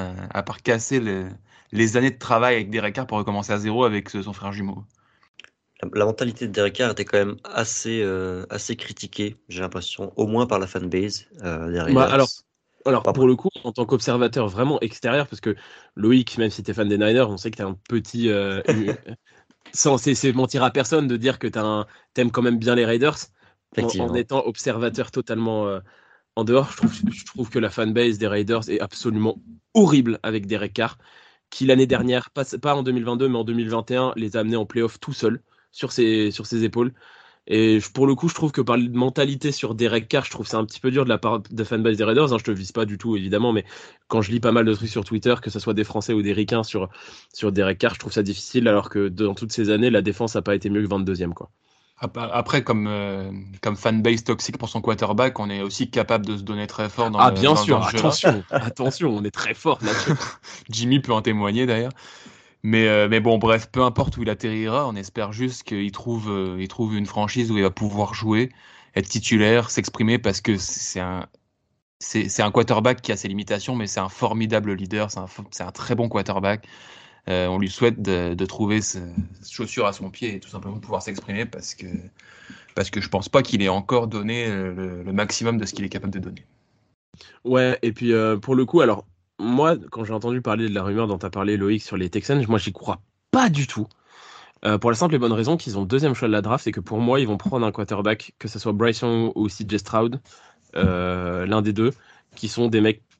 les années de travail avec Derek Carr pour recommencer à zéro avec son frère jumeau. la mentalité de Derek Carr était quand même assez critiquée, j'ai l'impression, au moins par la fanbase des Bah, Raiders. alors, Pas pour le coup, en tant qu'observateur vraiment extérieur, parce que Loïc, même si tu es fan des Niners, on sait que tu un petit. C'est mentir à personne de dire que t'aimes quand même bien les Raiders. En effectivement. étant observateur totalement en dehors, je trouve que la fanbase des Raiders est absolument horrible avec Derek Carr, qui l'année dernière, pas en 2022, mais en 2021, les a amenés en playoff tout seul, sur ses épaules. Et pour le coup, je trouve que par mentalité sur Derek Carr, je trouve que c'est un petit peu dur de la part de fanbase des Raiders. Hein, je te vise pas du tout, évidemment, mais quand je lis pas mal de trucs sur Twitter, que ce soit des Français ou des Ricains sur Derek Carr, je trouve ça difficile, alors que dans toutes ces années, la défense n'a pas été mieux que 22e, quoi. Après, comme fanbase toxique pour son quarterback, on est aussi capable de se donner très fort Ah, bien sûr, dans ce jeu-là. attention, on est très fort là-dessus. Jimmy peut en témoigner d'ailleurs. Mais bon, bref, peu importe où il atterrira, on espère juste il trouve une franchise où il va pouvoir jouer, être titulaire, s'exprimer parce que c'est un quarterback qui a ses limitations, mais c'est un formidable leader, c'est un très bon quarterback. On lui souhaite de trouver ses chaussures à son pied et tout simplement de pouvoir s'exprimer parce que je pense pas qu'il ait encore donné le maximum de ce qu'il est capable de donner. Ouais, et puis pour le coup, alors, moi, quand j'ai entendu parler de la rumeur dont tu as parlé, Loïc, sur les Texans, moi, j'y crois pas du tout. Pour la simple et bonne raison qu'ils ont le deuxième choix de la draft et que pour moi, ils vont prendre un quarterback, que ce soit Bryce Young ou CJ Stroud, l'un des deux, qui sont des mecs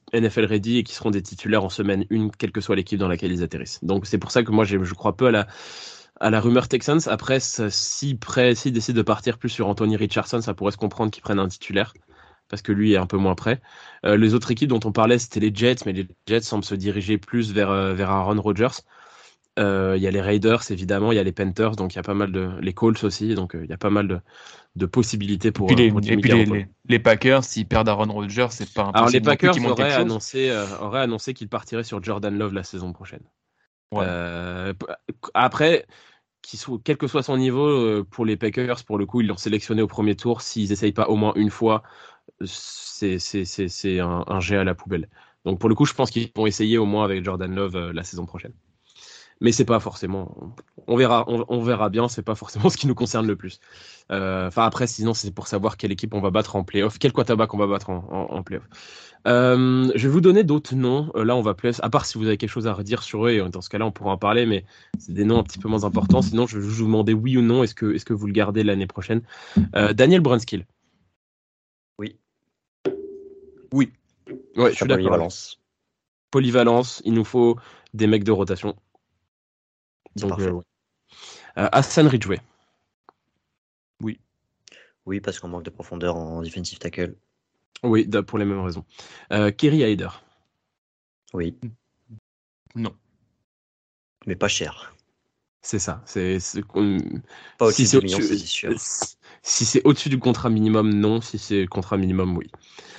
NFL ready et qui seront des titulaires en semaine 1, quelle que soit l'équipe dans laquelle ils atterrissent. Donc c'est pour ça que moi je crois peu à la rumeur Texans. Après, s'ils décident de partir plus sur Anthony Richardson, ça pourrait se comprendre qu'ils prennent un titulaire, parce que lui est un peu moins prêt. Les autres équipes dont on parlait, c'était les Jets, mais les Jets semblent se diriger plus vers Aaron Rodgers. Il y a les Raiders, évidemment, il y a les Panthers, donc il y a pas mal les Colts aussi, donc il y a pas mal de possibilités pour les Packers, s'ils perdent Aaron Rodgers, c'est pas impossible. Alors les Packers auraient annoncé qu'ils partiraient sur Jordan Love la saison prochaine. Ouais. Après, quel que soit son niveau, pour les Packers, pour le coup, ils l'ont sélectionné au premier tour. S'ils n'essayent pas au moins une fois, c'est un jet à la poubelle. Donc pour le coup, je pense qu'ils vont essayer au moins avec Jordan Love la saison prochaine. Mais c'est pas forcément. On verra bien. C'est pas forcément ce qui nous concerne le plus. Après, sinon, c'est pour savoir quelle équipe on va battre en playoff, quel quarterback on va battre en playoff. Je vais vous donner d'autres noms. Là, on va plus. À part si vous avez quelque chose à redire sur eux, et dans ce cas-là, on pourra en parler. Mais c'est des noms un petit peu moins importants. Sinon, je vais vous demander oui ou non. Est-ce que vous le gardez l'année prochaine? Daniel Brunskill. Oui. Ouais, je suis d'accord. Polyvalence. Il nous faut des mecs de rotation. Donc, Hassan Ridgeway. Oui. Oui, parce qu'on manque de profondeur en defensive tackle. Oui, pour les mêmes raisons. Kerry Hyder. Oui. Non. Mais pas cher. C'est ça. Pas au-dessus du million, c'est sûr. Si c'est au-dessus du contrat minimum, non. Si c'est contrat minimum, oui.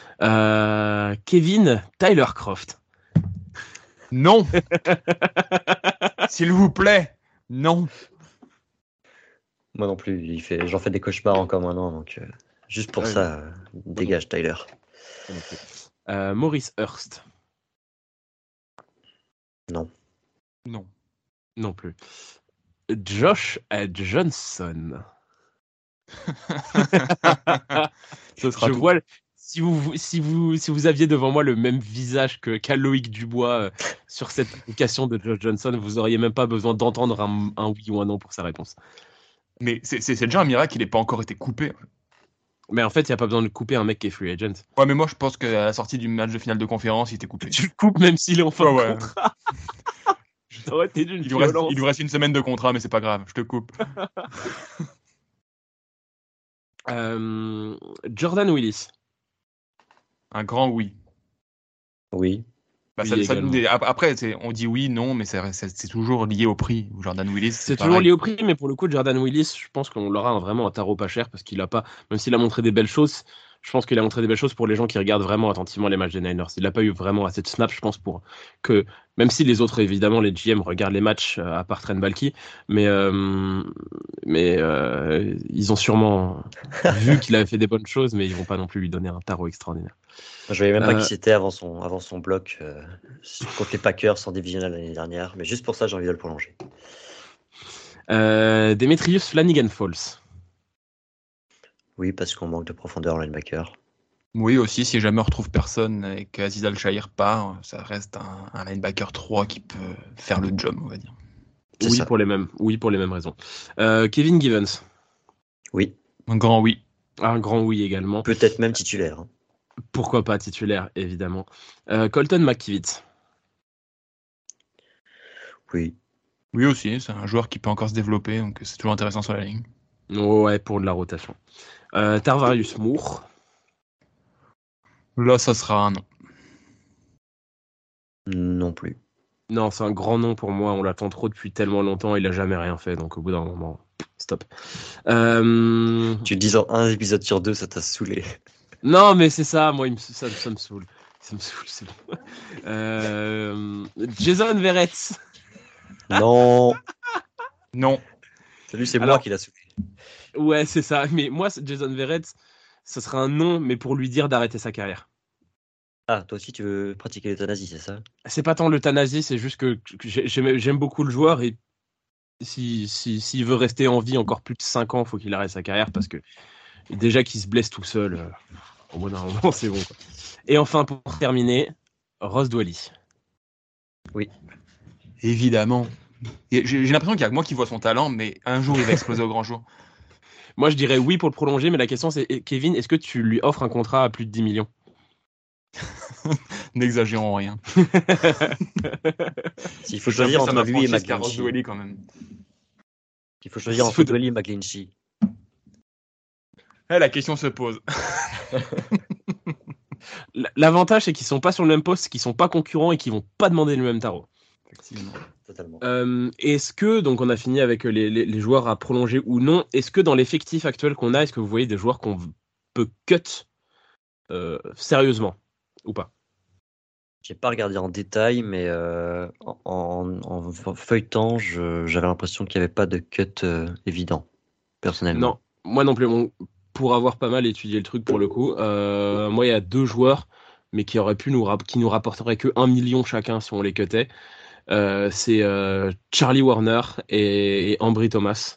Kevin Tyler Croft. Non. S'il vous plaît, non. Moi non plus. J'en fais des cauchemars encore maintenant, donc juste pour ça, dégage Tyler. Maurice Hurst. Non. Non. Non plus. Josh Johnson. Je vois. Si vous aviez devant moi le même visage qu'à Loïc Dubois sur cette application de Josh Johnson, vous auriez même pas besoin d'entendre un oui ou un non pour sa réponse. Mais c'est déjà un miracle qu'il n'ait pas encore été coupé. Mais en fait, il n'y a pas besoin de couper un mec qui est free agent. Ouais, mais moi, je pense qu'à la sortie du match de finale de conférence, il était coupé. Tu le coupes même s'il est en fin de contrat. Il lui reste une semaine de contrat, mais c'est pas grave, je te coupe. Jordan Willis. Un grand oui. Oui. Après, on dit oui, non, mais c'est toujours lié au prix. Jordan Willis, c'est toujours lié au prix, mais pour le coup, Jordan Willis, je pense qu'on l'aura vraiment un tarot pas cher parce qu'il a pas, même s'il a montré des belles choses, je pense qu'il a montré des belles choses pour les gens qui regardent vraiment attentivement les matchs des Niners. Il n'a pas eu vraiment assez de snaps, je pense, pour que, même si les autres, évidemment, les GM regardent les matchs à part Trent Baalke, mais ils ont sûrement vu qu'il avait fait des bonnes choses, mais ils vont pas non plus lui donner un tarot extraordinaire. Je voyais même pas qui c'était avant son bloc contre les Packers en divisional l'année dernière, mais juste pour ça, j'ai envie de le prolonger. Demetrius Flanagan-Falls. Oui, parce qu'on manque de profondeur en linebacker. Oui, aussi, si jamais on retrouve personne et qu'Aziz Al-Shaair part, ça reste un linebacker 3 qui peut faire le job, on va dire. Pour les mêmes raisons. Kevin Givens. Oui. Un grand oui. Un grand oui également. Peut-être même titulaire. Pourquoi pas titulaire, évidemment. Colton McKivitz. Oui. Oui aussi, c'est un joueur qui peut encore se développer, donc c'est toujours intéressant sur la ligne. Ouais, pour de la rotation. Tarvarius Moore. Là, ça sera un non. Non plus. Non, c'est un grand nom pour moi. On l'attend trop depuis tellement longtemps. Il a jamais rien fait, donc au bout d'un moment, stop. Tu le dis en un épisode sur 2, ça t'a saoulé. Non, mais c'est ça. Moi, ça me saoule. Ça me saoule, c'est bon. Jason Verrett. Non. Non. Salut, c'est moi qui l'a saoulé. Ouais, c'est ça. Mais moi, Jason Verrett, ça sera un non, mais pour lui dire d'arrêter sa carrière. Ah, toi aussi, tu veux pratiquer l'euthanasie, c'est ça? C'est pas tant l'euthanasie, c'est juste que j'aime beaucoup le joueur et s'il veut rester en vie encore plus de 5 ans, il faut qu'il arrête sa carrière parce que déjà qu'il se blesse tout seul, au bout d'un moment, c'est bon, quoi. Et enfin, pour terminer, Ross Dwelly. Oui. Évidemment. J'ai l'impression qu'il y a que moi qui vois son talent, mais un jour, il va exploser au grand jour. Moi, je dirais oui pour le prolonger, mais la question, c'est, Kevin, est-ce que tu lui offres un contrat à plus de 10 millions? N'exagérons rien. S'il faut choisir entre lui et Carlos McGlinchey. Douelly quand même. Il faut choisir entre Douelly et McGlinchey. La question se pose. L'avantage, c'est qu'ils sont pas sur le même poste, qu'ils sont pas concurrents et qu'ils vont pas demander le même tarot. Effectivement. Totalement. Est-ce que, donc on a fini avec les joueurs à prolonger ou non, est-ce que dans l'effectif actuel qu'on a, est-ce que vous voyez des joueurs qu'on peut cut sérieusement ou pas? J'ai pas regardé en détail, mais en feuilletant, j'avais l'impression qu'il n'y avait pas de cut évident, personnellement. Non, moi non plus. Bon, pour avoir pas mal étudié le truc pour le coup, moi il y a 2 joueurs, mais qui auraient pu qui nous rapporteraient que 1 million chacun si on les cutait. C'est Charlie Warner et Ambry Thomas.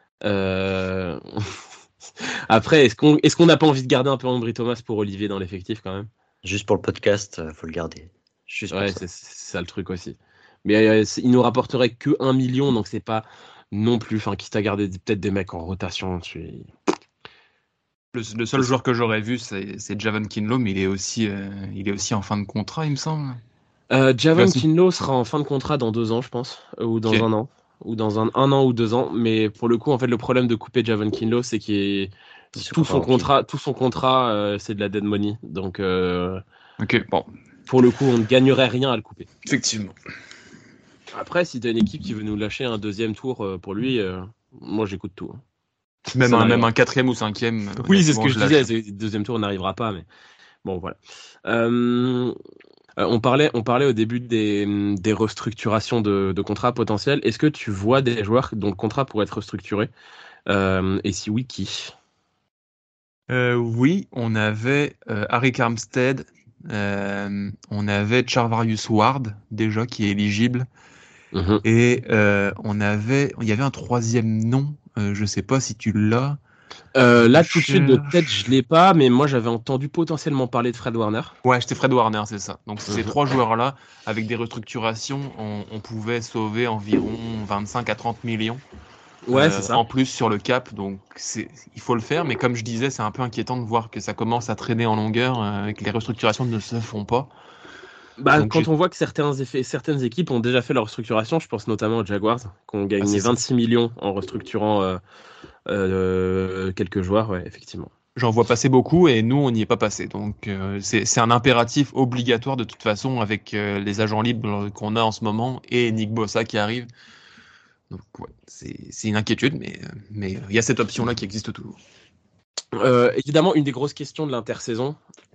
Après, est-ce qu'on n'a pas envie de garder un peu Ambry Thomas pour Olivier dans l'effectif quand même? Juste pour le podcast, faut le garder. Juste pour Ouais, ça. c'est ça le truc aussi. Mais il nous rapporterait que 1 million, donc c'est pas non plus. Enfin, quitte à garder peut-être des mecs en rotation. Le seul joueur que j'aurais vu, c'est Javon Kinlaw, mais il est aussi en fin de contrat, il me semble. Javon Kinlaw sera en fin de contrat dans 2 ans, je pense, ou dans Ok. un an, ou dans un an ou 2 ans. Mais pour le coup, en fait, le problème de couper Javon Kinlaw, c'est qu'il tout son contrat, c'est de la dead money. Donc, Ok, bon. pour le coup, on ne gagnerait rien à le couper. Effectivement. Après, si t'as une équipe qui veut nous lâcher un 2e tour pour lui, moi j'écoute tout. Même Ça un n'arrivera. 4e ou 5e. Oui, c'est ce que honnêtement, je lâche. disais. Le 2e tour n'arrivera pas, mais bon, voilà. On parlait au début des restructurations de contrats potentiels. Est-ce que tu vois des joueurs dont le contrat pourrait être restructuré? Et si oui, qui? Oui, on avait Harry Armstead, on avait Charvarius Ward déjà qui est éligible, Mhm. et il y avait un 3e nom, je sais pas si tu l'as. Là, tout de suite, de tête, je l'ai pas, mais moi j'avais entendu potentiellement parler de Fred Warner. Ouais, c'était Fred Warner, c'est ça. Donc ces Mhm. 3 joueurs-là, avec des restructurations, on pouvait sauver environ 25 à 30 millions. Ouais, c'est ça. En plus sur le cap, donc il faut le faire, mais comme je disais, c'est un peu inquiétant de voir que ça commence à traîner en longueur et que les restructurations ne se font pas. Bah, Donc, quand on voit que certaines équipes ont déjà fait leur restructuration, je pense notamment aux Jaguars, qui ont gagné c'est ça. 26 millions en restructurant quelques joueurs, ouais, effectivement. J'en vois passer beaucoup et nous, on n'y est pas passé. Donc, c'est un impératif obligatoire de toute façon avec les agents libres qu'on a en ce moment et Nick Bossa qui arrive. Donc, ouais, c'est une inquiétude, mais il y a cette option-là qui existe toujours. Évidemment, une des grosses questions de l'intersaison,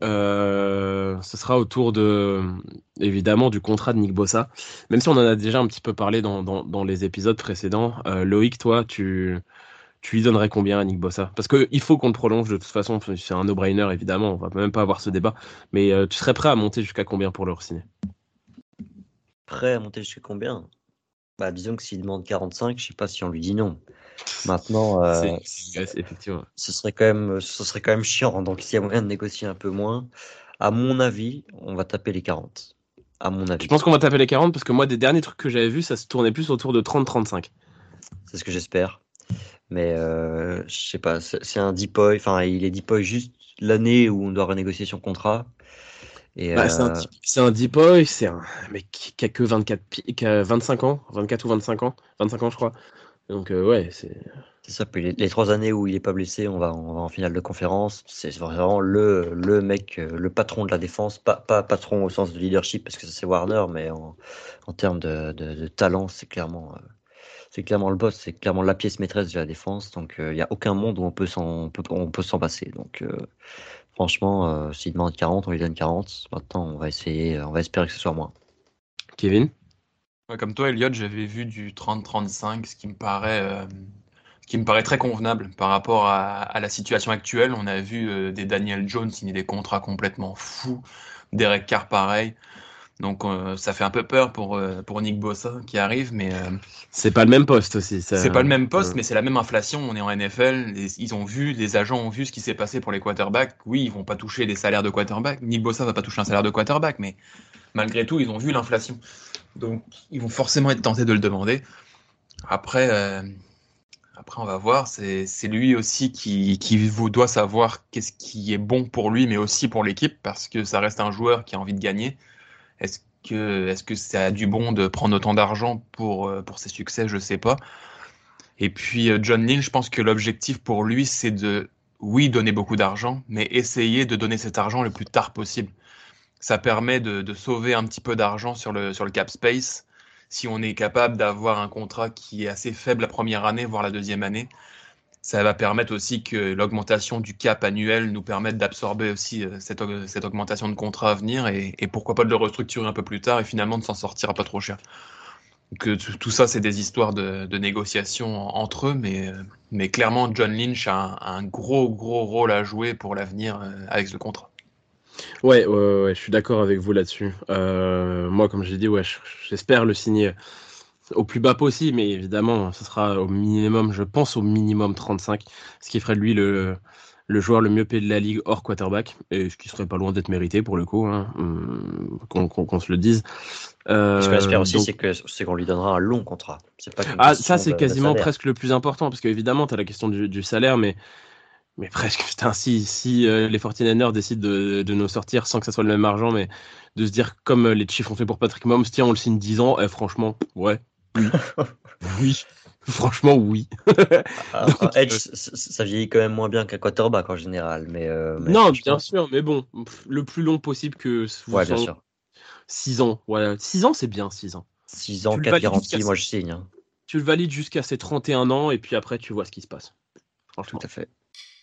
ce sera autour évidemment, du contrat de Nick Bossa. Même si on en a déjà un petit peu parlé dans les épisodes précédents, Loïc, toi, tu lui donnerais combien à Nick Bossa? Parce qu'il faut qu'on le prolonge de toute façon, c'est un no-brainer évidemment, on va même pas avoir ce débat. Mais tu serais prêt à monter jusqu'à combien pour le re-signer? Prêt à monter jusqu'à combien? Bah, disons que s'il demande 45, je sais pas si on lui dit non. Maintenant, effectivement. ce serait quand même chiant. Donc, s'il y a moyen de négocier un peu moins, à mon avis, on va taper les 40. À mon avis. Je pense qu'on va taper les 40 parce que moi, des derniers trucs que j'avais vus, ça se tournait plus autour de 30-35. C'est ce que j'espère. Mais je sais pas, c'est un depoy. Enfin, il est depoy juste l'année où on doit renégocier son contrat. Et Bah, c'est un deep boy, c'est un mec qui a que 25 ans, 24 ou 25 ans, 25 ans je crois. Donc ouais, c'est ça. Puis les 3 années où il est pas blessé, on va en finale de conférence. C'est vraiment le mec, le patron de la défense. Pas patron au sens de leadership parce que ça c'est Warner, mais en termes de talent, c'est clairement le boss. C'est clairement la pièce maîtresse de la défense. Donc il y a aucun monde où on peut s'en passer. Donc franchement, s'il demande 40, on lui donne 40. Maintenant, on va espérer que ce soit moins. Kevin. Ouais, comme toi, Elliot, j'avais vu du 30-35, ce qui me paraît très convenable par rapport à la situation actuelle. On a vu des Daniel Jones signer des contrats complètement fous, Derek Carr pareil. Donc ça fait un peu peur pour Nick Bossa qui arrive, mais C'est pas le même poste aussi. c'est pas le même poste, mais c'est la même inflation. On est en NFL, les agents ont vu ce qui s'est passé pour les quarterbacks. Oui, ils vont pas toucher les salaires de quarterback. Nick Bossa va pas toucher un salaire de quarterback, mais malgré tout, ils ont vu l'inflation. Donc ils vont forcément être tentés de le demander. Après, Après, on va voir. C'est lui aussi qui vous doit savoir qu'est-ce qui est bon pour lui, mais aussi pour l'équipe, parce que ça reste un joueur qui a envie de gagner. Est-ce que ça a du bon de prendre autant d'argent pour ses succès? Je sais pas. Et puis John Lynch, je pense que l'objectif pour lui, c'est de, oui, donner beaucoup d'argent, mais essayer de donner cet argent le plus tard possible. Ça permet de sauver un petit peu d'argent sur le cap space. Si on est capable d'avoir un contrat qui est assez faible la première année, voire la deuxième année, ça va permettre aussi que l'augmentation du cap annuel nous permette d'absorber aussi cette augmentation de contrat à venir et pourquoi pas de le restructurer un peu plus tard et finalement de s'en sortir à pas trop cher. Donc, tout ça, c'est des histoires de négociation entre eux, mais clairement, John Lynch a un gros, gros rôle à jouer pour l'avenir avec ce contrat. Ouais, je suis d'accord avec vous là-dessus. Moi, comme j'ai dit, ouais, j'espère le signer au plus bas possible, mais évidemment, ce sera au minimum, je pense au minimum 35, ce qui ferait de lui le joueur le mieux payé de la ligue hors quarterback, et ce qui serait pas loin d'être mérité pour le coup, hein, qu'on se le dise. Ce qu'on espère aussi, Donc, c'est qu'on lui donnera un long contrat. C'est pas qu'une ça question c'est de quasiment salaire. presque le plus important, parce qu'évidemment, tu as la question du salaire, mais presque, putain, si les 49ers décident de nous sortir sans que ça soit le même argent, mais de se dire comme les Chiefs ont fait pour Patrick Mahomes, tiens, on le signe 10 ans, franchement, ouais, oui, oui, franchement, oui. Un Donc, edge, ça vieillit quand même moins bien qu'un quarterback en général, mais non, bien franchement, sûr, mais bon, le plus long possible que vous ouais, bien sent sûr. 6 ans, voilà, 6 ans, c'est bien, 6 ans. 6 ans, Tu le 4 valides jusqu'à garanties, moi ses, je signe, hein. tu le valides jusqu'à ses 31 ans, et puis après, tu vois ce qui se passe, Tout franchement. à fait.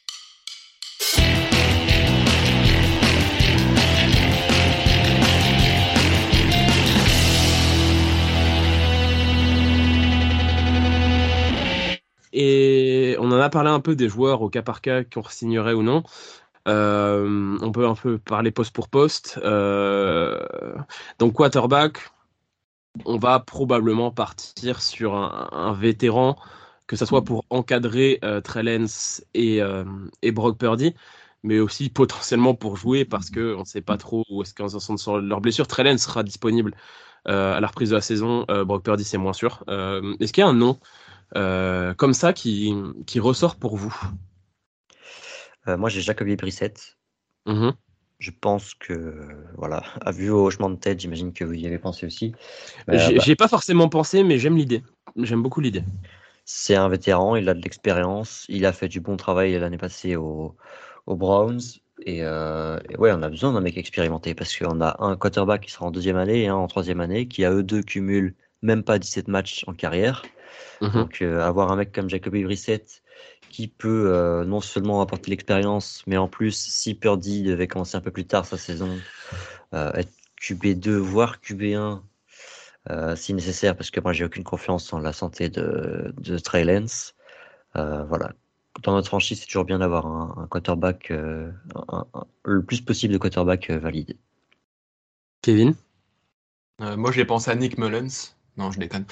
Et on en a parlé un peu des joueurs au cas par cas qu'on signerait ou non. On peut un peu parler poste pour poste. Donc quarterback, on va probablement partir sur un vétéran, que ce soit pour encadrer Trey Lance et Brock Purdy, mais aussi potentiellement pour jouer parce qu'on ne sait pas trop où est-ce qu'ils en sont sur leur blessure. Trey Lance sera disponible à la reprise de la saison. Brock Purdy, c'est moins sûr. Est-ce qu'il y a un nom comme ça qui ressort pour vous? Moi j'ai Jacoby Brissett. Mhm. Je pense que, voilà, à vu au hochement de tête, j'imagine que vous y avez pensé aussi. J'y ai pas forcément pensé, mais j'aime l'idée. J'aime beaucoup l'idée. C'est un vétéran, il a de l'expérience, il a fait du bon travail l'année passée aux Browns. Et ouais, on a besoin d'un mec expérimenté parce qu'on a un quarterback qui sera en deuxième année et un en troisième année qui, à eux deux, cumulent même pas 17 matchs en carrière. Mhm. Donc, avoir un mec comme Jacoby Brissett qui peut non seulement apporter l'expérience, mais en plus, si Purdy devait commencer un peu plus tard sa saison, être QB2, voire QB1, si nécessaire, parce que moi, j'ai aucune confiance en la santé de Trey Lance. Voilà. Dans notre franchise, c'est toujours bien d'avoir un quarterback, le plus possible de quarterback valide. Kevin? Moi, j'ai pensé à Nick Mullens. Non, je déconne.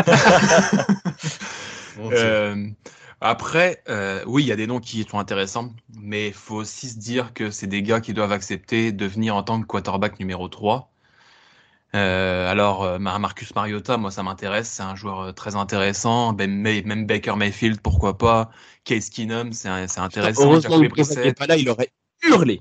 Mon Dieu. Euh, Après, oui, il y a des noms qui sont intéressants, mais il faut aussi se dire que c'est des gars qui doivent accepter de venir en tant que quarterback numéro 3. Marcus Mariota, moi, ça m'intéresse. C'est un joueur très intéressant. Même Baker Mayfield, pourquoi pas. Case Keenum, c'est Putain, intéressant. heureusement Jacoby que Gonzague n'est Brissett. pas là, il aurait hurlé.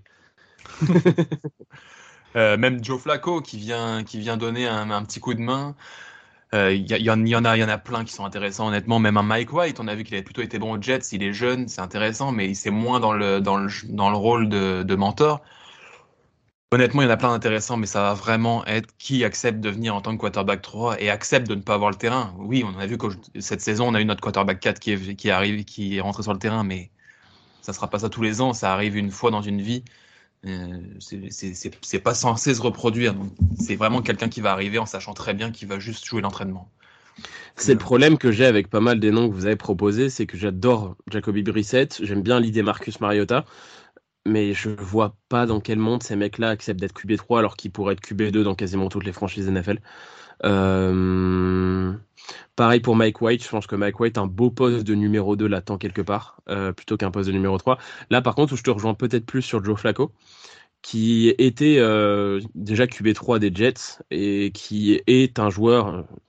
Même Joe Flacco qui vient donner un petit coup de main. Il y en a plein qui sont intéressants, honnêtement. Même un Mike White, on a vu qu'il avait plutôt été bon aux Jets. Il est jeune, c'est intéressant, mais il c'est moins dans le rôle de mentor. Honnêtement, il y en a plein d'intéressants, mais ça va vraiment être qui accepte de venir en tant que quarterback 3 et accepte de ne pas avoir le terrain. Oui, on a vu que cette saison, on a eu notre quarterback 4 qui est rentré sur le terrain, mais ça sera pas ça tous les ans. Ça arrive une fois dans une vie. C'est pas censé se reproduire. Donc, c'est vraiment quelqu'un qui va arriver en sachant très bien qu'il va juste jouer l'entraînement. C'est le problème que j'ai avec pas mal des noms que vous avez proposés, c'est que j'adore Jacoby Brissett, j'aime bien l'idée Marcus Mariota, mais je vois pas dans quel monde ces mecs-là acceptent d'être QB3 alors qu'ils pourraient être QB2 dans quasiment toutes les franchises NFL. Euh, Pareil pour Mike White, je pense que Mike White, un beau poste de numéro 2 l'attend quelque part, plutôt qu'un poste de numéro 3. Là, par contre, où je te rejoins peut-être plus sur Joe Flacco, qui était déjà QB3 des Jets et qui est un joueur,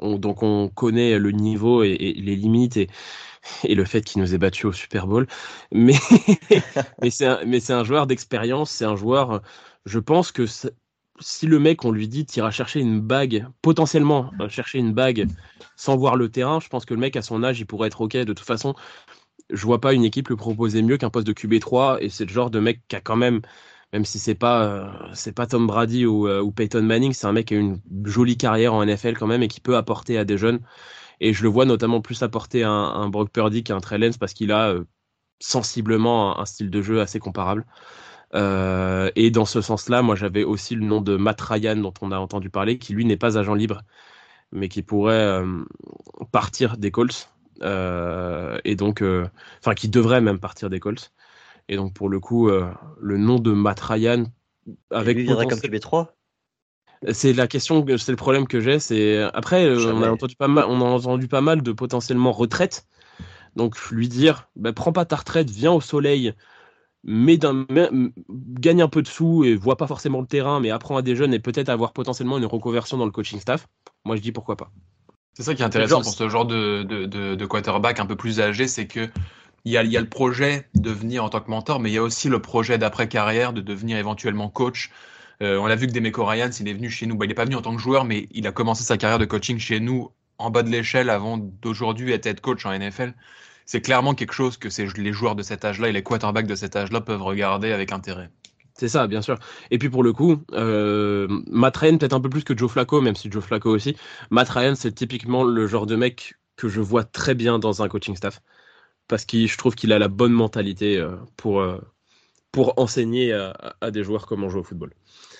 donc on connaît le niveau et les limites et le fait qu'il nous ait battus au Super Bowl. Mais, mais c'est un joueur d'expérience, c'est un joueur, je pense que si le mec, on lui dit, t'iras chercher une bague, potentiellement chercher une bague sans voir le terrain, je pense que le mec, à son âge, il pourrait être OK. De toute façon, je vois pas une équipe lui proposer mieux qu'un poste de QB3, et c'est le genre de mec qui a quand même si c'est pas Tom Brady ou Peyton Manning, c'est un mec qui a une jolie carrière en NFL quand même et qui peut apporter à des jeunes. Et je le vois notamment plus apporter un Brock Purdy qu'un Trey Lance parce qu'il a sensiblement un style de jeu assez comparable. Et dans ce sens-là, moi j'avais aussi le nom de Matt Ryan dont on a entendu parler, qui lui n'est pas agent libre, mais qui pourrait partir des Colts. Et donc, enfin, qui devrait même partir des Colts. Et donc, pour le coup, le nom de Matt Ryan, avec lui viendrait comme QB3. C'est la question, c'est le problème que j'ai. C'est après, on a entendu pas mal de potentiellement retraite. Donc lui dire, bah, prends pas ta retraite, viens au soleil, gagne un peu de sous et vois pas forcément le terrain, mais apprends à des jeunes et peut-être avoir potentiellement une reconversion dans le coaching staff. Moi, je dis pourquoi pas. C'est ça qui est intéressant pour ce genre de quarterback un peu plus âgé, c'est que il y a le projet de venir en tant que mentor, mais il y a aussi le projet d'après-carrière, de devenir éventuellement coach. On l'a vu que Demeco Ryans, il est venu chez nous. Il n'est pas venu en tant que joueur, mais il a commencé sa carrière de coaching chez nous en bas de l'échelle avant d'aujourd'hui être head coach en NFL. C'est clairement quelque chose que les joueurs de cet âge-là et les quarterbacks de cet âge-là peuvent regarder avec intérêt. C'est ça, bien sûr. Et puis pour le coup, Matt Ryan, peut-être un peu plus que Joe Flacco, même si Joe Flacco aussi. Matt Ryan, c'est typiquement le genre de mec que je vois très bien dans un coaching staff. Parce que je trouve qu'il a la bonne mentalité pour enseigner à des joueurs comment jouer au football.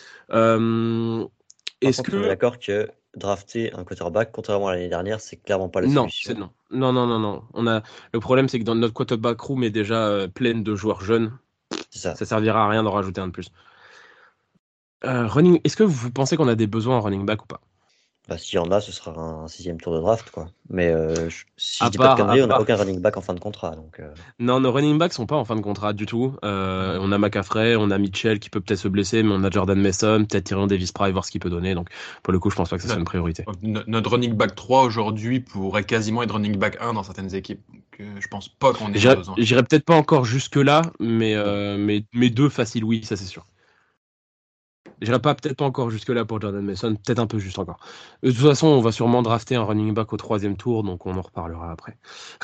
Est-ce que... On est d'accord que drafter un quarterback, contrairement à l'année dernière, c'est clairement pas la solution. Non. Le problème, c'est que dans notre quarterback room est déjà pleine de joueurs jeunes. Ça servira à rien d'en rajouter un de plus. Est-ce que vous pensez qu'on a des besoins en running back ou pas? Bah, s'il y en a, ce sera un 6e tour de draft, quoi. Mais si je dis pas de conneries, on n'a aucun running back en fin de contrat. Donc, Non, nos running backs sont pas en fin de contrat du tout. On a McCaffrey, on a Mitchell qui peut peut-être se blesser, mais on a Jordan Mason, peut-être Tyrion Davis-Price, voir ce qu'il peut donner. Donc, pour le coup, je pense pas que ça soit une priorité. Notre running back 3 aujourd'hui pourrait quasiment être running back 1 dans certaines équipes. Donc, je pense pas qu'on ait besoin. J'irai peut-être pas encore jusque-là, mais 2 faciles, oui, ça c'est sûr. J'irai peut-être pas encore jusque-là pour Jordan Mason, peut-être un peu juste encore. De toute façon, on va sûrement drafter un running back au 3e tour, donc on en reparlera après.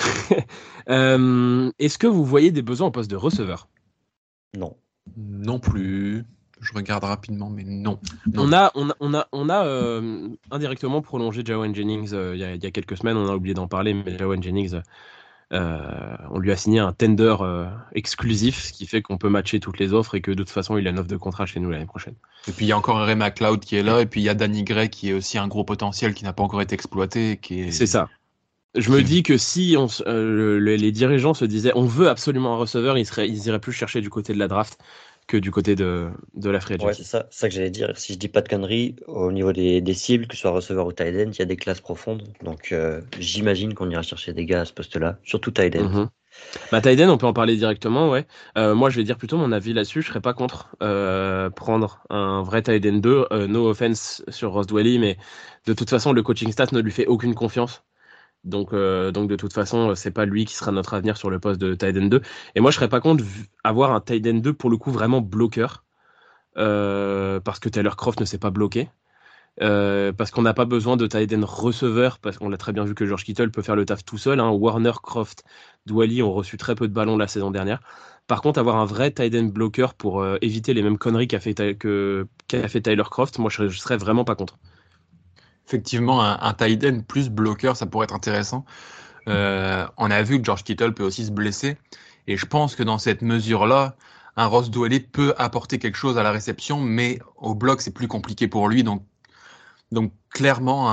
Est-ce que vous voyez des besoins au poste de receveur? Non. Non plus. Je regarde rapidement, mais non. On a indirectement prolongé Jauan Jennings il y a quelques semaines, on a oublié d'en parler, mais Jauan Jennings, on lui a signé un tender exclusif, ce qui fait qu'on peut matcher toutes les offres et que de toute façon, il a une offre de contrat chez nous l'année prochaine. Et puis il y a encore Ray McLeod qui est là, et puis il y a Danny Gray qui est aussi un gros potentiel qui n'a pas encore été exploité. C'est ça. Je me dis que si les dirigeants se disaient on veut absolument un receveur, ils iraient plus chercher du côté de la draft que du côté de la free agency. Ouais, c'est ça que j'allais dire. Si je dis pas de conneries, au niveau des cibles, que ce soit receveur ou tight end, il y a des classes profondes. Donc j'imagine qu'on ira chercher des gars à ce poste-là, surtout tight end. Bah, tight end, on peut en parler directement, ouais. Moi, je vais dire plutôt mon avis là-dessus. Je serais pas contre prendre un vrai tight end 2. No offense sur Ross Dwelly, mais de toute façon, le coaching staff ne lui fait aucune confiance. Donc de toute façon, c'est pas lui qui sera notre avenir sur le poste de tight end 2. Et moi, je serais pas contre avoir un tight end 2 pour le coup vraiment bloqueur. Parce que Taylor Croft ne s'est pas bloqué. Parce qu'on n'a pas besoin de tight end receveur, parce qu'on l'a très bien vu que George Kittle peut faire le taf tout seul. Warner, Croft, Dwelly ont reçu très peu de ballons la saison dernière. Par contre, avoir un vrai tight end bloqueur pour éviter les mêmes conneries qu'a fait Tyler Croft, moi je serais vraiment pas contre. Effectivement, un tight end plus bloqueur, ça pourrait être intéressant. On a vu que George Kittle peut aussi se blesser. Et je pense que dans cette mesure-là, un Ross Dwelly peut apporter quelque chose à la réception, mais au bloc, c'est plus compliqué pour lui. Donc clairement,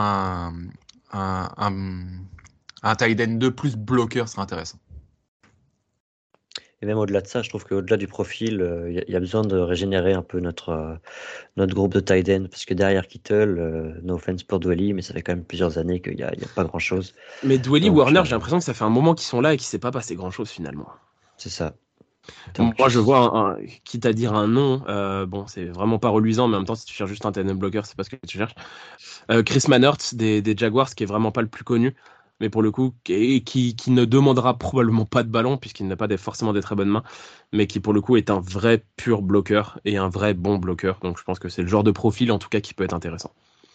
un tight end 2 plus bloqueur serait intéressant. Et même au-delà de ça, je trouve qu'au-delà du profil, il y a besoin de régénérer un peu notre groupe de tight end, parce que derrière Kittle, no offense pour Dwelly, mais ça fait quand même plusieurs années qu'il n'y a pas grand-chose. Mais Dwelly, Warner, j'ai l'impression que ça fait un moment qu'ils sont là et qu'il ne s'est pas passé grand-chose finalement. C'est ça. Donc, Moi, je vois, quitte à dire un nom, bon, c'est vraiment pas reluisant, mais en même temps, si tu cherches juste un TNM blocker, c'est pas ce que tu cherches. Chris Manhurts des Jaguars, qui est vraiment pas le plus connu, mais pour le coup, qui ne demandera probablement pas de ballon, puisqu'il n'a pas forcément des très bonnes mains, mais qui pour le coup est un vrai pur bloqueur et un vrai bon bloqueur. Donc je pense que c'est le genre de profil, en tout cas, qui peut être intéressant.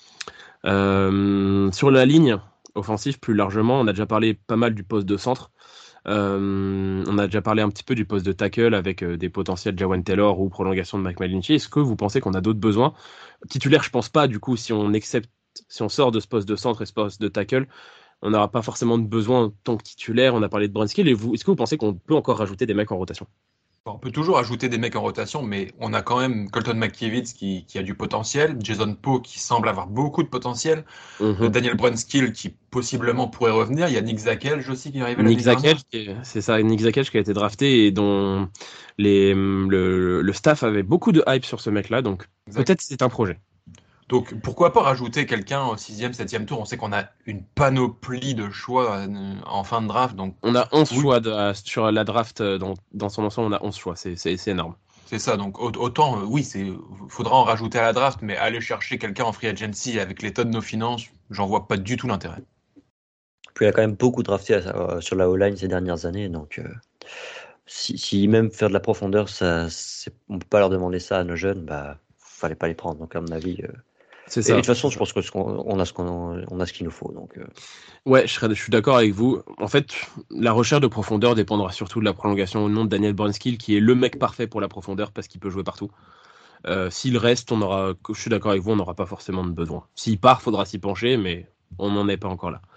Sur la ligne offensive, plus largement, on a déjà parlé pas mal du poste de centre. On a déjà parlé un petit peu du poste de tackle avec des potentiels Jawan Taylor ou prolongation de Mike McGlinchey. Est-ce que vous pensez qu'on a d'autres besoins? Titulaire, je pense pas. Du coup, si on sort de ce poste de centre et ce poste de tackle, on n'aura pas forcément de besoin en tant que titulaire. On a parlé de Brunskill. Et vous, est-ce que vous pensez qu'on peut encore rajouter des mecs en rotation? On peut toujours ajouter des mecs en rotation, mais on a quand même Colton McKivitz qui a du potentiel, Jason Poe qui semble avoir beaucoup de potentiel, Mhm. Daniel Brunskill qui possiblement pourrait revenir, il y a Nick Zakelj aussi qui est arrivé Nick l'année dernière. Zakelj, c'est ça, Nick Zakelj qui a été drafté et dont le staff avait beaucoup de hype sur ce mec-là. Donc Exact. peut-être c'est un projet. Donc pourquoi pas rajouter quelqu'un au sixième, septième tour? On sait qu'on a une panoplie de choix en fin de draft, donc On a 11 oui, choix sur la draft dans son ensemble, on a 11 choix. C'est énorme. c'est ça. Donc autant, oui, faudra en rajouter à la draft, mais aller chercher quelqu'un en free agency avec l'état de nos finances, j'en vois pas du tout l'intérêt. puis il a quand même beaucoup drafté sur la O-line ces dernières années. Donc, si même faire de la profondeur, on peut pas leur demander ça à nos jeunes, bah, fallait pas les prendre. Donc, à mon avis. C'est Et de ça. toute façon, je pense que on a ce qu'il nous faut. Donc, Ouais, je suis d'accord avec vous. En fait, la recherche de profondeur dépendra surtout de la prolongation ou non de Daniel Brunskill, qui est le mec parfait pour la profondeur parce qu'il peut jouer partout. S'il reste, je suis d'accord avec vous, on n'aura pas forcément de besoin. S'il part, faudra s'y pencher, mais on n'en est pas encore là.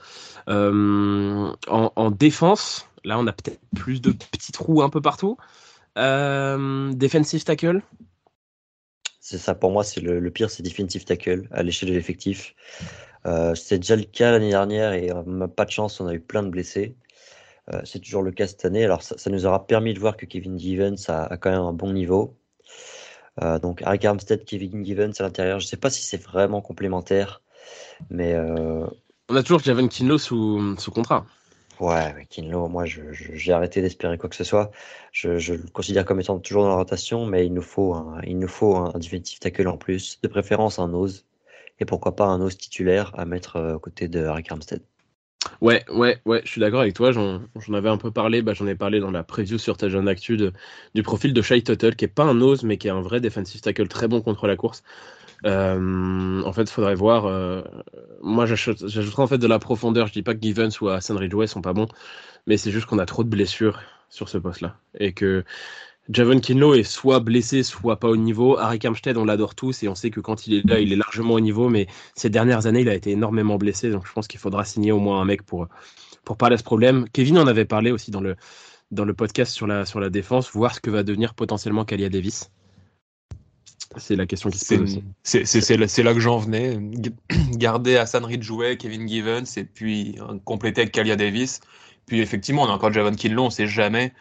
En défense, là, on a peut-être plus de petits trous un peu partout. Defensive tackle. c'est ça, pour moi, c'est le pire, c'est defensive tackle à l'échelle de l'effectif. C'était déjà le cas l'année dernière et on n'a pas de chance, on a eu plein de blessés. C'est toujours le cas cette année. Alors, ça nous aura permis de voir que Kevin Givens a quand même un bon niveau. Donc, Arik Armstead, Kevin Givens à l'intérieur, je ne sais pas si c'est vraiment complémentaire, mais On a toujours Javon Kinlo sous contrat. ouais, mais Kinlo, moi, j'ai arrêté d'espérer quoi que ce soit. Je le considère comme étant toujours dans la rotation, mais il nous faut un defensive tackle en plus, de préférence un nose, et pourquoi pas un nose titulaire à mettre aux côtés de Arik Armstead. Ouais, je suis d'accord avec toi. J'en avais un peu parlé. J'en ai parlé dans la preview sur ta jeune actu du profil de Shai Tuttle, qui est pas un nose, mais qui est un vrai defensive tackle très bon contre la course. En fait, il faudrait voir. Moi, j'ajouterais en fait de la profondeur. Je dis pas que Givens ou Hassan Ridgeway sont pas bons, mais c'est juste qu'on a trop de blessures sur ce poste-là. Et que Javon Kinlo est soit blessé, soit pas au niveau. Arik Armstead, on l'adore tous et on sait que quand il est là, il est largement au niveau, mais ces dernières années, il a été énormément blessé. Donc je pense qu'il faudra signer au moins un mec pour parler à ce problème. Kevin en avait parlé aussi dans le podcast sur la défense, voir ce que va devenir potentiellement Kalia Davis. C'est la question qui se C'est pose aussi. c'est là que j'en venais. Garder Hassan Ridgeway, Kevin Givens, et puis compléter avec Kalia Davis. Puis effectivement, on a encore Javon Kinlaw, on sait jamais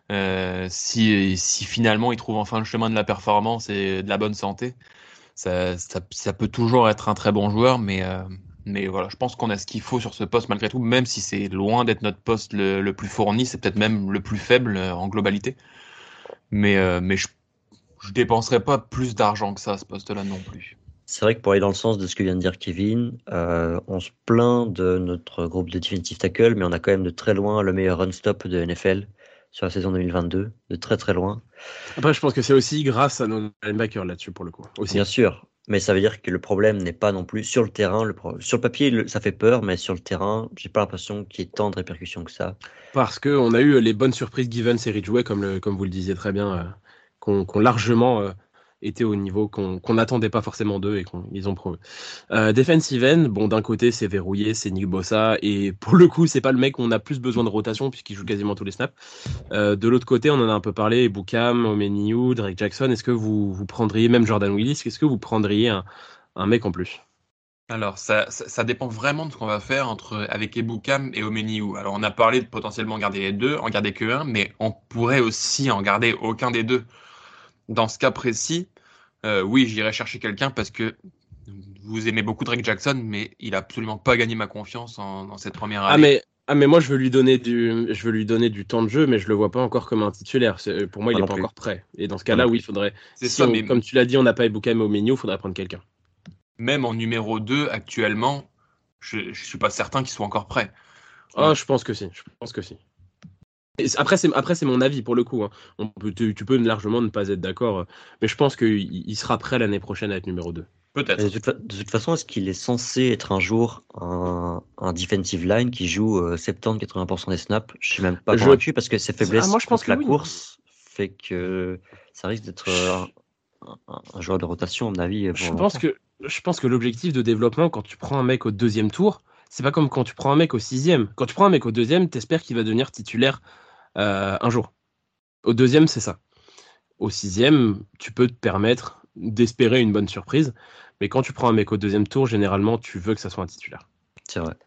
si finalement il trouve enfin le chemin de la performance et de la bonne santé. Ça peut toujours être un très bon joueur, mais voilà, je pense qu'on a ce qu'il faut sur ce poste malgré tout, même si c'est loin d'être notre poste le plus fourni, c'est peut-être même le plus faible en globalité. Mais je dépenserai pas plus d'argent que ça à ce poste-là non plus. C'est vrai que pour aller dans le sens de ce que vient de dire Kevin, on se plaint de notre groupe de defensive tackle, mais on a quand même de très loin le meilleur run-stop de NFL sur la saison 2022, de très très loin. Après, je pense que c'est aussi grâce à nos linebackers là-dessus, pour le coup. Aussi. Bien sûr, mais ça veut dire que le problème n'est pas non plus sur le terrain. Sur le papier, ça fait peur, mais sur le terrain, j'ai pas l'impression qu'il y ait tant de répercussions que ça. Parce qu'on a eu les bonnes surprises Givens et Ridgeway, comme vous le disiez très bien, qu'on largement été au niveau qu'on n'attendait pas forcément d'eux et qu'ils ont prouvé. Defensive end, bon, d'un côté, c'est verrouillé, c'est Nick Bossa, et pour le coup, c'est pas le mec où on a plus besoin de rotation puisqu'il joue quasiment tous les snaps. De l'autre côté, on en a un peu parlé, Boukam, Omeniou, Drake Jackson, est-ce que vous prendriez, même Jordan Willis, est-ce que vous prendriez un mec en plus? Alors, ça dépend vraiment de ce qu'on va faire avec Ebukam et Omenihu. Alors, on a parlé de potentiellement garder les deux, en garder que un, mais on pourrait aussi en garder aucun des deux. Dans ce cas précis, oui, j'irai chercher quelqu'un parce que vous aimez beaucoup Drake Jackson, mais il a absolument pas gagné ma confiance dans cette première Ah, année. Ah, mais moi, je veux lui donner du temps de jeu, mais je le vois pas encore comme un titulaire. Pour moi, il Moi est non pas plus. encore prêt. Et dans ce Moi non cas-là, oui, il plus. faudrait. C'est ça, mais Comme tu l'as dit, on n'a pas Ebukam et Omenio, il faudrait prendre quelqu'un. même en numéro 2, actuellement, je suis pas certain qu'ils soient encore prêts. Ah, je pense que si. Je pense que si. Après, c'est mon avis pour le coup, hein. Tu peux largement ne pas être d'accord, mais je pense qu'il sera prêt l'année prochaine à être numéro 2. De Peut-être. toute façon, est-ce qu'il est censé être un jour un defensive line qui joue 70-80% des snaps? Je suis même pas Je... convaincu parce que ses faiblesses Moi, je pense contre que la oui. course fait que ça risque d'être un joueur de rotation, à mon avis, pour Je pense longtemps. que l'objectif de développement, quand tu prends un mec au 2e tour, c'est pas comme quand tu prends un mec au 6e. Quand tu prends un mec au 2e, t'espères qu'il va devenir titulaire un jour. Au 2e, c'est ça. Au 6e, tu peux te permettre d'espérer une bonne surprise. Mais quand tu prends un mec au 2e tour, généralement, tu veux que ça soit un titulaire. C'est vrai.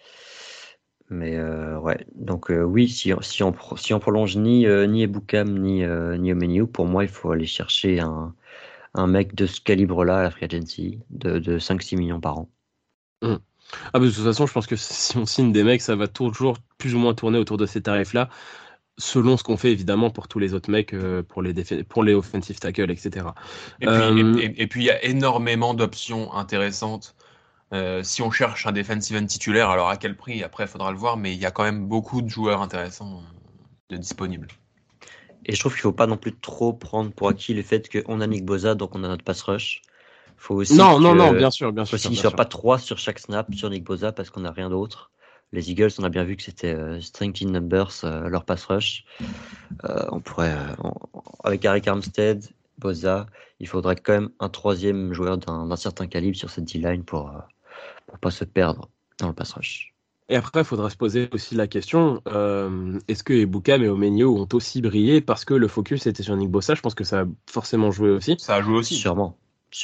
Mais ouais, donc oui, si on prolonge ni Ebukam ni Omeniu, pour moi, il faut aller chercher un mec de ce calibre-là à la free agency, de 5-6 millions par an. Hum. Ah, bah, de toute façon, je pense que si on signe des mecs, ça va toujours plus ou moins tourner autour de ces tarifs-là, selon ce qu'on fait évidemment pour tous les autres mecs, pour les offensive tackles, etc. Et puis, et puis, il y a énormément d'options intéressantes. Si on cherche un defensive end titulaire, alors à quel prix? Après, il faudra le voir, mais il y a quand même beaucoup de joueurs intéressants de disponibles. Et je trouve qu'il faut pas non plus trop prendre pour acquis le fait qu'on a Nick Bosa, donc on a notre pass rush. Faut aussi Non, que, bien sûr, bien faut sûr, aussi qu'il bien soit sûr. pas 3 sur chaque snap sur Nick Bosa parce qu'on n'a rien d'autre. Les Eagles, on a bien vu que c'était strength in numbers, leur pass rush. On pourrait, avec Arik Armstead, Bosa, il faudrait quand même un troisième joueur d'un certain calibre sur cette D-line pour pas se perdre dans le pass rush. Et après, il faudra se poser aussi la question, est-ce que Ebukam et Omenio ont aussi brillé parce que le focus était sur Nick Bosa? Je pense que ça a forcément joué aussi. Ça a joué aussi. Sûrement.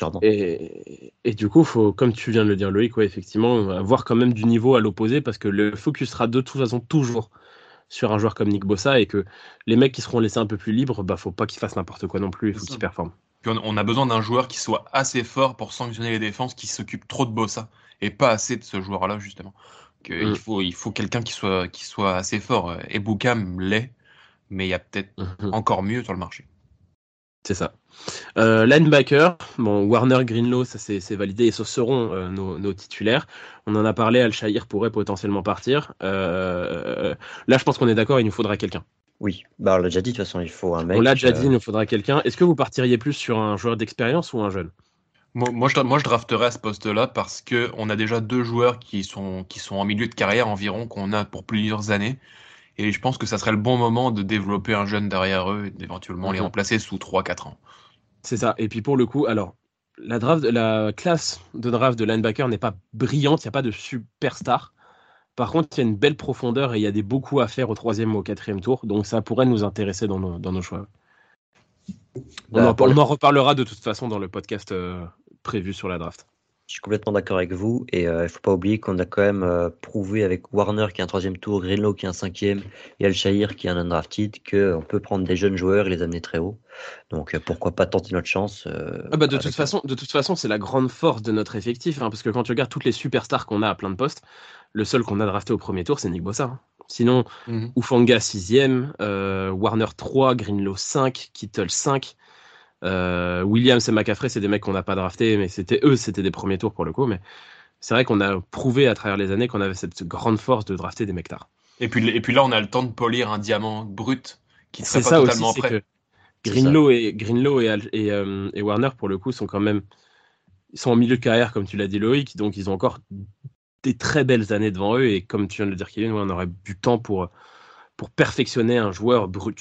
Et du coup, faut, comme tu viens de le dire, Loïc, ouais, effectivement, avoir quand même du niveau à l'opposé parce que le focus sera de toute façon toujours sur un joueur comme Nick Bosa et que les mecs qui seront laissés un peu plus libres, bah, faut pas qu'ils fassent n'importe quoi non plus, il C'est faut ça. qu'ils performent. Puis on a besoin d'un joueur qui soit assez fort pour sanctionner les défenses qui s'occupent trop de Bossa et pas assez de ce joueur-là justement. Mm. Il faut quelqu'un qui soit assez fort. Et Boukam l'est, mais il y a peut-être Mhm. encore mieux sur le marché. C'est ça. Linebacker, bon, Warner, Greenlaw, ça c'est validé et ce seront nos titulaires. On en a parlé, Al-Shahir pourrait potentiellement partir. Là, je pense qu'on est d'accord, il nous faudra quelqu'un. Oui, bah on l'a déjà dit, de toute façon, il faut un On l'a mec. déjà dit, il nous faudra quelqu'un. Est-ce que vous partiriez plus sur un joueur d'expérience ou un jeune? Moi, je drafterais à ce poste-là parce que on a déjà deux joueurs qui sont en milieu de carrière environ, qu'on a pour plusieurs années. Et je pense que ça serait le bon moment de développer un jeune derrière eux et d'éventuellement les Mhm. remplacer sous 3 4 ans. C'est ça. Et puis pour le coup, alors, la classe de draft de linebacker n'est pas brillante, il n'y a pas de superstar. Par contre, il y a une belle profondeur et il y a beaucoup à faire au 3e ou au 4e tour. Donc ça pourrait nous intéresser dans nos choix. Bah, On en reparlera de toute façon dans le podcast prévu sur la draft. je suis complètement d'accord avec vous et il faut pas oublier qu'on a quand même prouvé avec Warner qui est un troisième tour, Greenlaw qui est un cinquième et Al-Shahir qui est un undrafted qu'on peut prendre des jeunes joueurs et les amener très haut. Donc pourquoi pas tenter notre chance Ah bah avec de toute façon, c'est la grande force de notre effectif, hein, parce que quand tu regardes toutes les superstars qu'on a à plein de postes, le seul qu'on a drafté au premier tour, c'est Nick Bossa, hein. Sinon, Mhm. Ufanga 6e, Warner 3, Greenlaw 5, Kittle 5, Williams et McCaffrey, c'est des mecs qu'on n'a pas draftés, mais c'était des premiers tours pour le coup. Mais c'est vrai qu'on a prouvé à travers les années qu'on avait cette grande force de drafter des mecs tard. Et puis là, on a le temps de polir un diamant brut qui ne serait C'est pas ça aussi, totalement c'est prêt. que c'est ça. Greenlaw et Warner, pour le coup, ils sont en milieu de carrière, comme tu l'as dit, Loïc, donc ils ont encore des très belles années devant eux. Et comme tu viens de le dire, Kevin, ouais, on aurait du temps pour perfectionner un joueur brut.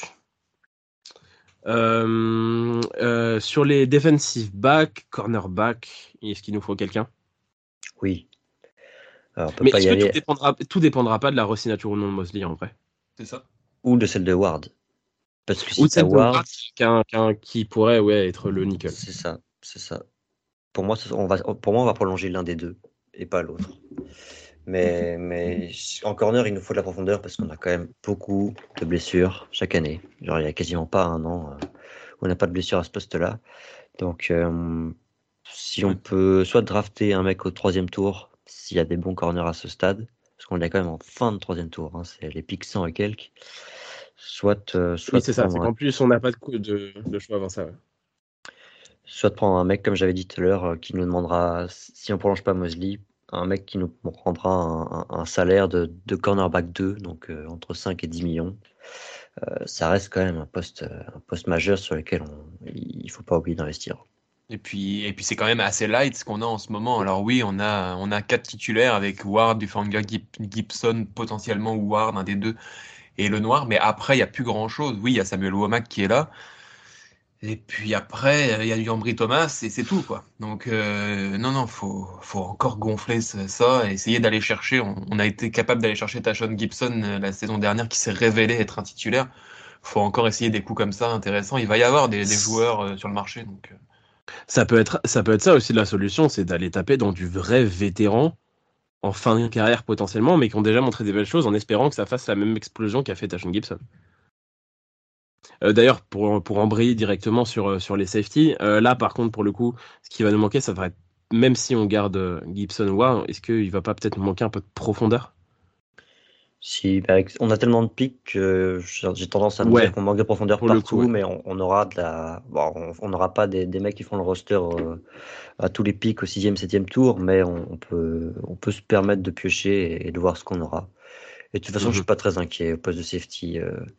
Sur les defensive back, cornerback, est-ce qu'il nous faut quelqu'un? Oui. Alors, on peut Mais pas est-ce y que aller tout dépendra pas de la re-signature ou non de Mosley en vrai? C'est ça. ou de celle de Ward. Parce que Ou si de t'as celle de Ward, Ward, qui pourrait être le nickel. c'est ça, c'est ça. Pour moi, on va prolonger l'un des deux et pas l'autre. Mais en corner, il nous faut de la profondeur parce qu'on a quand même beaucoup de blessures chaque année. Genre, il y a quasiment pas un an où on n'a pas de blessure à ce poste-là. Donc, si on Ouais. peut soit drafter un mec au troisième tour, s'il y a des bons corners à ce stade, parce qu'on est quand même en fin de 3e tour, hein, c'est les pics 100 et quelques. Soit Oui, c'est ça. C'est prendre qu'en plus, on n'a pas de choix avant ça. Ouais. soit prendre un mec, comme j'avais dit tout à l'heure, qui nous demandera, si on prolonge pas Mosley, un mec qui nous prendra un salaire de cornerback 2, donc entre 5 et 10 millions. Ça reste quand même un poste majeur sur lequel il faut pas oublier d'investir. Et puis c'est quand même assez light ce qu'on a en ce moment. Alors oui, on a 4 titulaires avec Ward, Dufanga, Gibson, potentiellement Ward, un des deux, et le noir. Mais après, il n'y a plus grand-chose. Oui, il y a Samuel Womack qui est là. Et puis après, il y a du Ambry Thomas et c'est tout, quoi. Donc, non, faut encore gonfler ça et essayer d'aller chercher. On a été capable d'aller chercher Tashon Gibson la saison dernière qui s'est révélé être un titulaire. Faut encore essayer des coups comme ça intéressants. Il va y avoir des joueurs sur le marché. Donc, Ça peut être ça aussi la solution, c'est d'aller taper dans du vrai vétéran en fin de carrière potentiellement, mais qui ont déjà montré des belles choses en espérant que ça fasse la même explosion qu'a fait Tashon Gibson. D'ailleurs, pour embrayer directement sur les safety, là par contre, pour le coup, ce qui va nous manquer, ça va être, même si on garde Gibson ou Ward, est-ce qu'il va pas peut-être nous manquer un peu de profondeur? Si, on a tellement de pics que j'ai tendance à me dire Ouais, qu'on manque de profondeur pour le coup, partout, ouais. mais on aura on n'aura pas des mecs qui font le roster à tous les pics au 6e, 7e tour, mais on peut se permettre de piocher et de voir ce qu'on aura. Et de toute façon, je suis Mhm. pas très inquiet au poste de safety.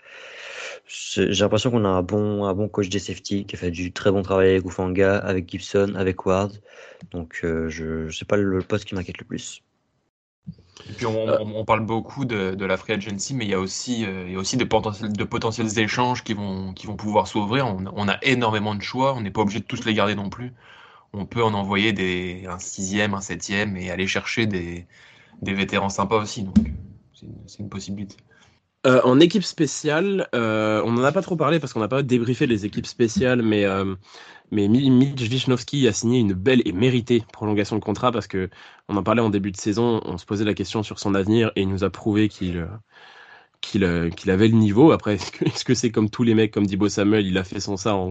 J'ai l'impression qu'on a un bon coach des safety qui a fait du très bon travail avec Ufanga, avec Gibson, avec Ward. Donc, c'est pas le poste qui m'inquiète le plus. et puis Euh, on parle beaucoup de la free agency, mais il y a aussi de potentiels échanges qui vont pouvoir s'ouvrir. On a énormément de choix. On n'est pas obligé de tous les garder non plus. On peut en envoyer un sixième, un septième et aller chercher des vétérans sympas aussi. Donc, c'est une possibilité. en équipe spéciale, on n'en a pas trop parlé parce qu'on n'a pas débriefé les équipes spéciales, mais Mitch Wishnowsky a signé une belle et méritée prolongation de contrat parce que on en parlait en début de saison, on se posait la question sur son avenir et il nous a prouvé qu'il avait le niveau. Après, est-ce que c'est comme tous les mecs, comme Deebo Samuel, il a fait son ça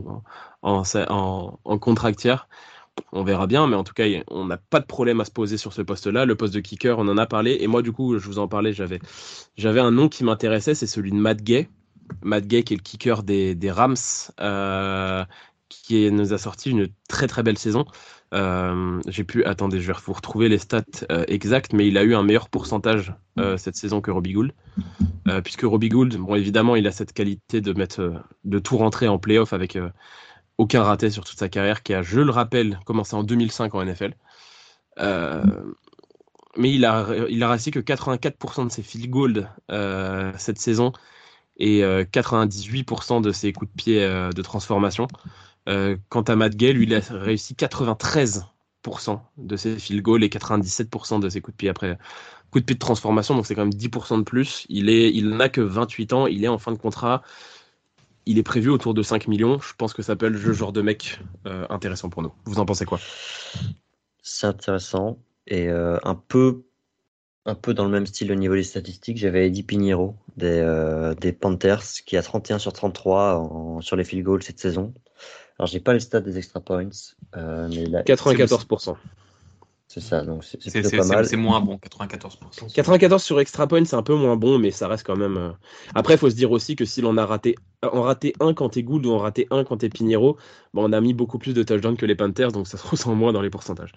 en contractière? On verra bien, mais en tout cas, on n'a pas de problème à se poser sur ce poste-là. Le poste de kicker, on en a parlé. Et moi, du coup, je vous en parlais, j'avais un nom qui m'intéressait, c'est celui de Matt Gay. Matt Gay, qui est le kicker des Rams, qui nous a sorti une très très belle saison. Attendez, je vais vous retrouver les stats exactes, mais il a eu un meilleur pourcentage cette saison que Robbie Gould. Puisque Robbie Gould, bon, évidemment, il a cette qualité de tout rentrer en playoff avec aucun raté sur toute sa carrière, qui a, je le rappelle, commencé en 2005 en NFL. Euh, mais il a réussi que 84% de ses field goals cette saison et 98% de ses coups de pied de transformation. Quant à Matt Gay, lui, il a réussi 93% de ses field goals et 97% de ses coups de pied après coup de pied de transformation, donc c'est quand même 10% de plus. Il n'a que 28 ans, il est en fin de contrat. Il est prévu autour de 5 millions. Je pense que ça peut être le genre de mec intéressant pour nous. Vous en pensez quoi? C'est intéressant et un peu dans le même style au niveau des statistiques. J'avais Eddie Pinheiro des Panthers qui a 31 sur 33 sur les field goals cette saison. Alors, j'ai pas les stats des extra points, mais là, 94%. c'est ça, donc c'est C'est plutôt pas mal. c'est moins bon, 94%. 94 sur extra point, c'est un peu moins bon, mais ça reste quand même. Après, il faut se dire aussi que s'il en raté un quand t'es Gould ou en raté un quand t'es Pinheiro, bon, on a mis beaucoup plus de touchdowns que les Panthers, donc ça se ressent moins dans les pourcentages.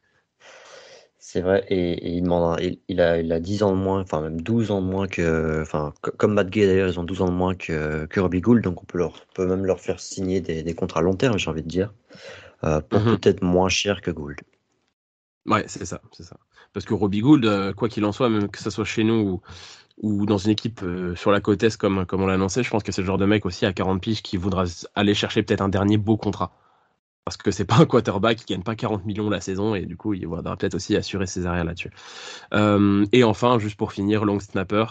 C'est vrai, et il a 10 ans de moins, enfin même 12 ans de moins comme Matt Gay d'ailleurs, ils ont 12 ans de moins que Robbie Gould, donc peut même leur faire signer des contrats à long terme, j'ai envie de dire, pour Mhm. peut-être moins cher que Gould. Ouais, c'est ça, c'est ça. Parce que Robbie Gould, quoi qu'il en soit, même que ça soit chez nous ou dans une équipe sur la côte Est, comme on l'a annoncé, je pense que c'est le genre de mec aussi à 40 piges qui voudra aller chercher peut-être un dernier beau contrat. Parce que c'est pas un quarterback qui gagne pas 40 millions la saison et du coup il voudra peut-être aussi assurer ses arrières là-dessus. Et enfin, juste pour finir, long snapper,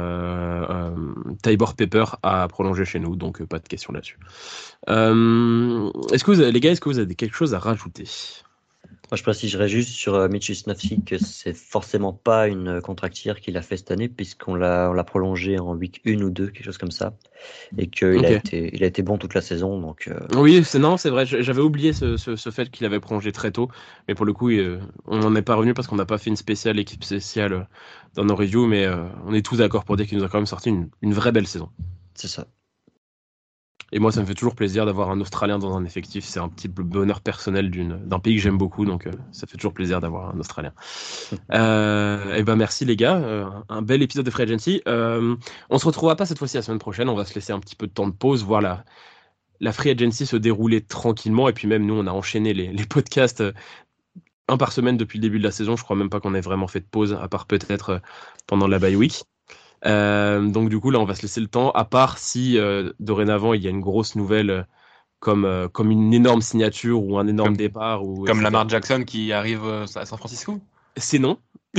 Tybor Pepper a prolongé chez nous, donc pas de question là-dessus. Les gars, est-ce que vous avez quelque chose à rajouter? Moi, je préciserais juste sur Mitch Wisnowski que c'est forcément pas une contracture qu'il a fait cette année, puisqu'on l'a prolongé en week 1 ou 2, quelque chose comme ça, et qu'il il a été bon toute la saison. Donc, Oui, c'est vrai, j'avais oublié ce fait qu'il avait prolongé très tôt, mais pour le coup, on n'en est pas revenu parce qu'on n'a pas fait une spéciale équipe spéciale dans nos reviews, mais on est tous d'accord pour dire qu'il nous a quand même sorti une vraie belle saison. C'est ça. Et moi, ça me fait toujours plaisir d'avoir un Australien dans un effectif. C'est un petit bonheur personnel d'un pays que j'aime beaucoup, donc ça fait toujours plaisir d'avoir un Australien. Et ben merci les gars, un bel épisode de Free Agency. On se retrouvera pas cette fois-ci la semaine prochaine. On va se laisser un petit peu de temps de pause, voir la Free Agency se dérouler tranquillement. Et puis même nous, on a enchaîné les podcasts un par semaine depuis le début de la saison. Je crois même pas qu'on ait vraiment fait de pause, à part peut-être pendant la bye week. Donc du coup là on va se laisser le temps, à part si dorénavant il y a une grosse nouvelle comme une énorme signature ou un énorme départ ou comme Lamar Jackson qui arrive à San Francisco. C'est non.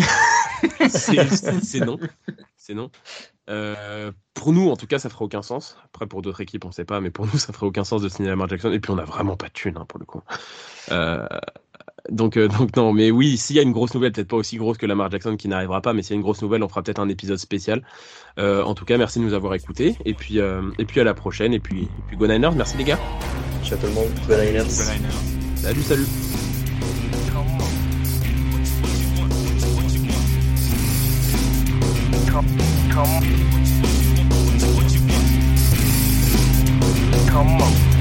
c'est non. Pour nous en tout cas ça ferait aucun sens. Après pour d'autres équipes on sait pas, mais pour nous ça ferait aucun sens de signer Lamar Jackson, et puis on a vraiment pas de thunes pour le coup. Donc non, mais oui, s'il y a une grosse nouvelle, peut-être pas aussi grosse que Lamar Jackson qui n'arrivera pas, mais s'il y a une grosse nouvelle, on fera peut-être un épisode spécial. En tout cas, merci de nous avoir écoutés, et puis à la prochaine, et puis Go Niners, merci les gars. Ciao tout le monde, Go Niners. Salut. Come on.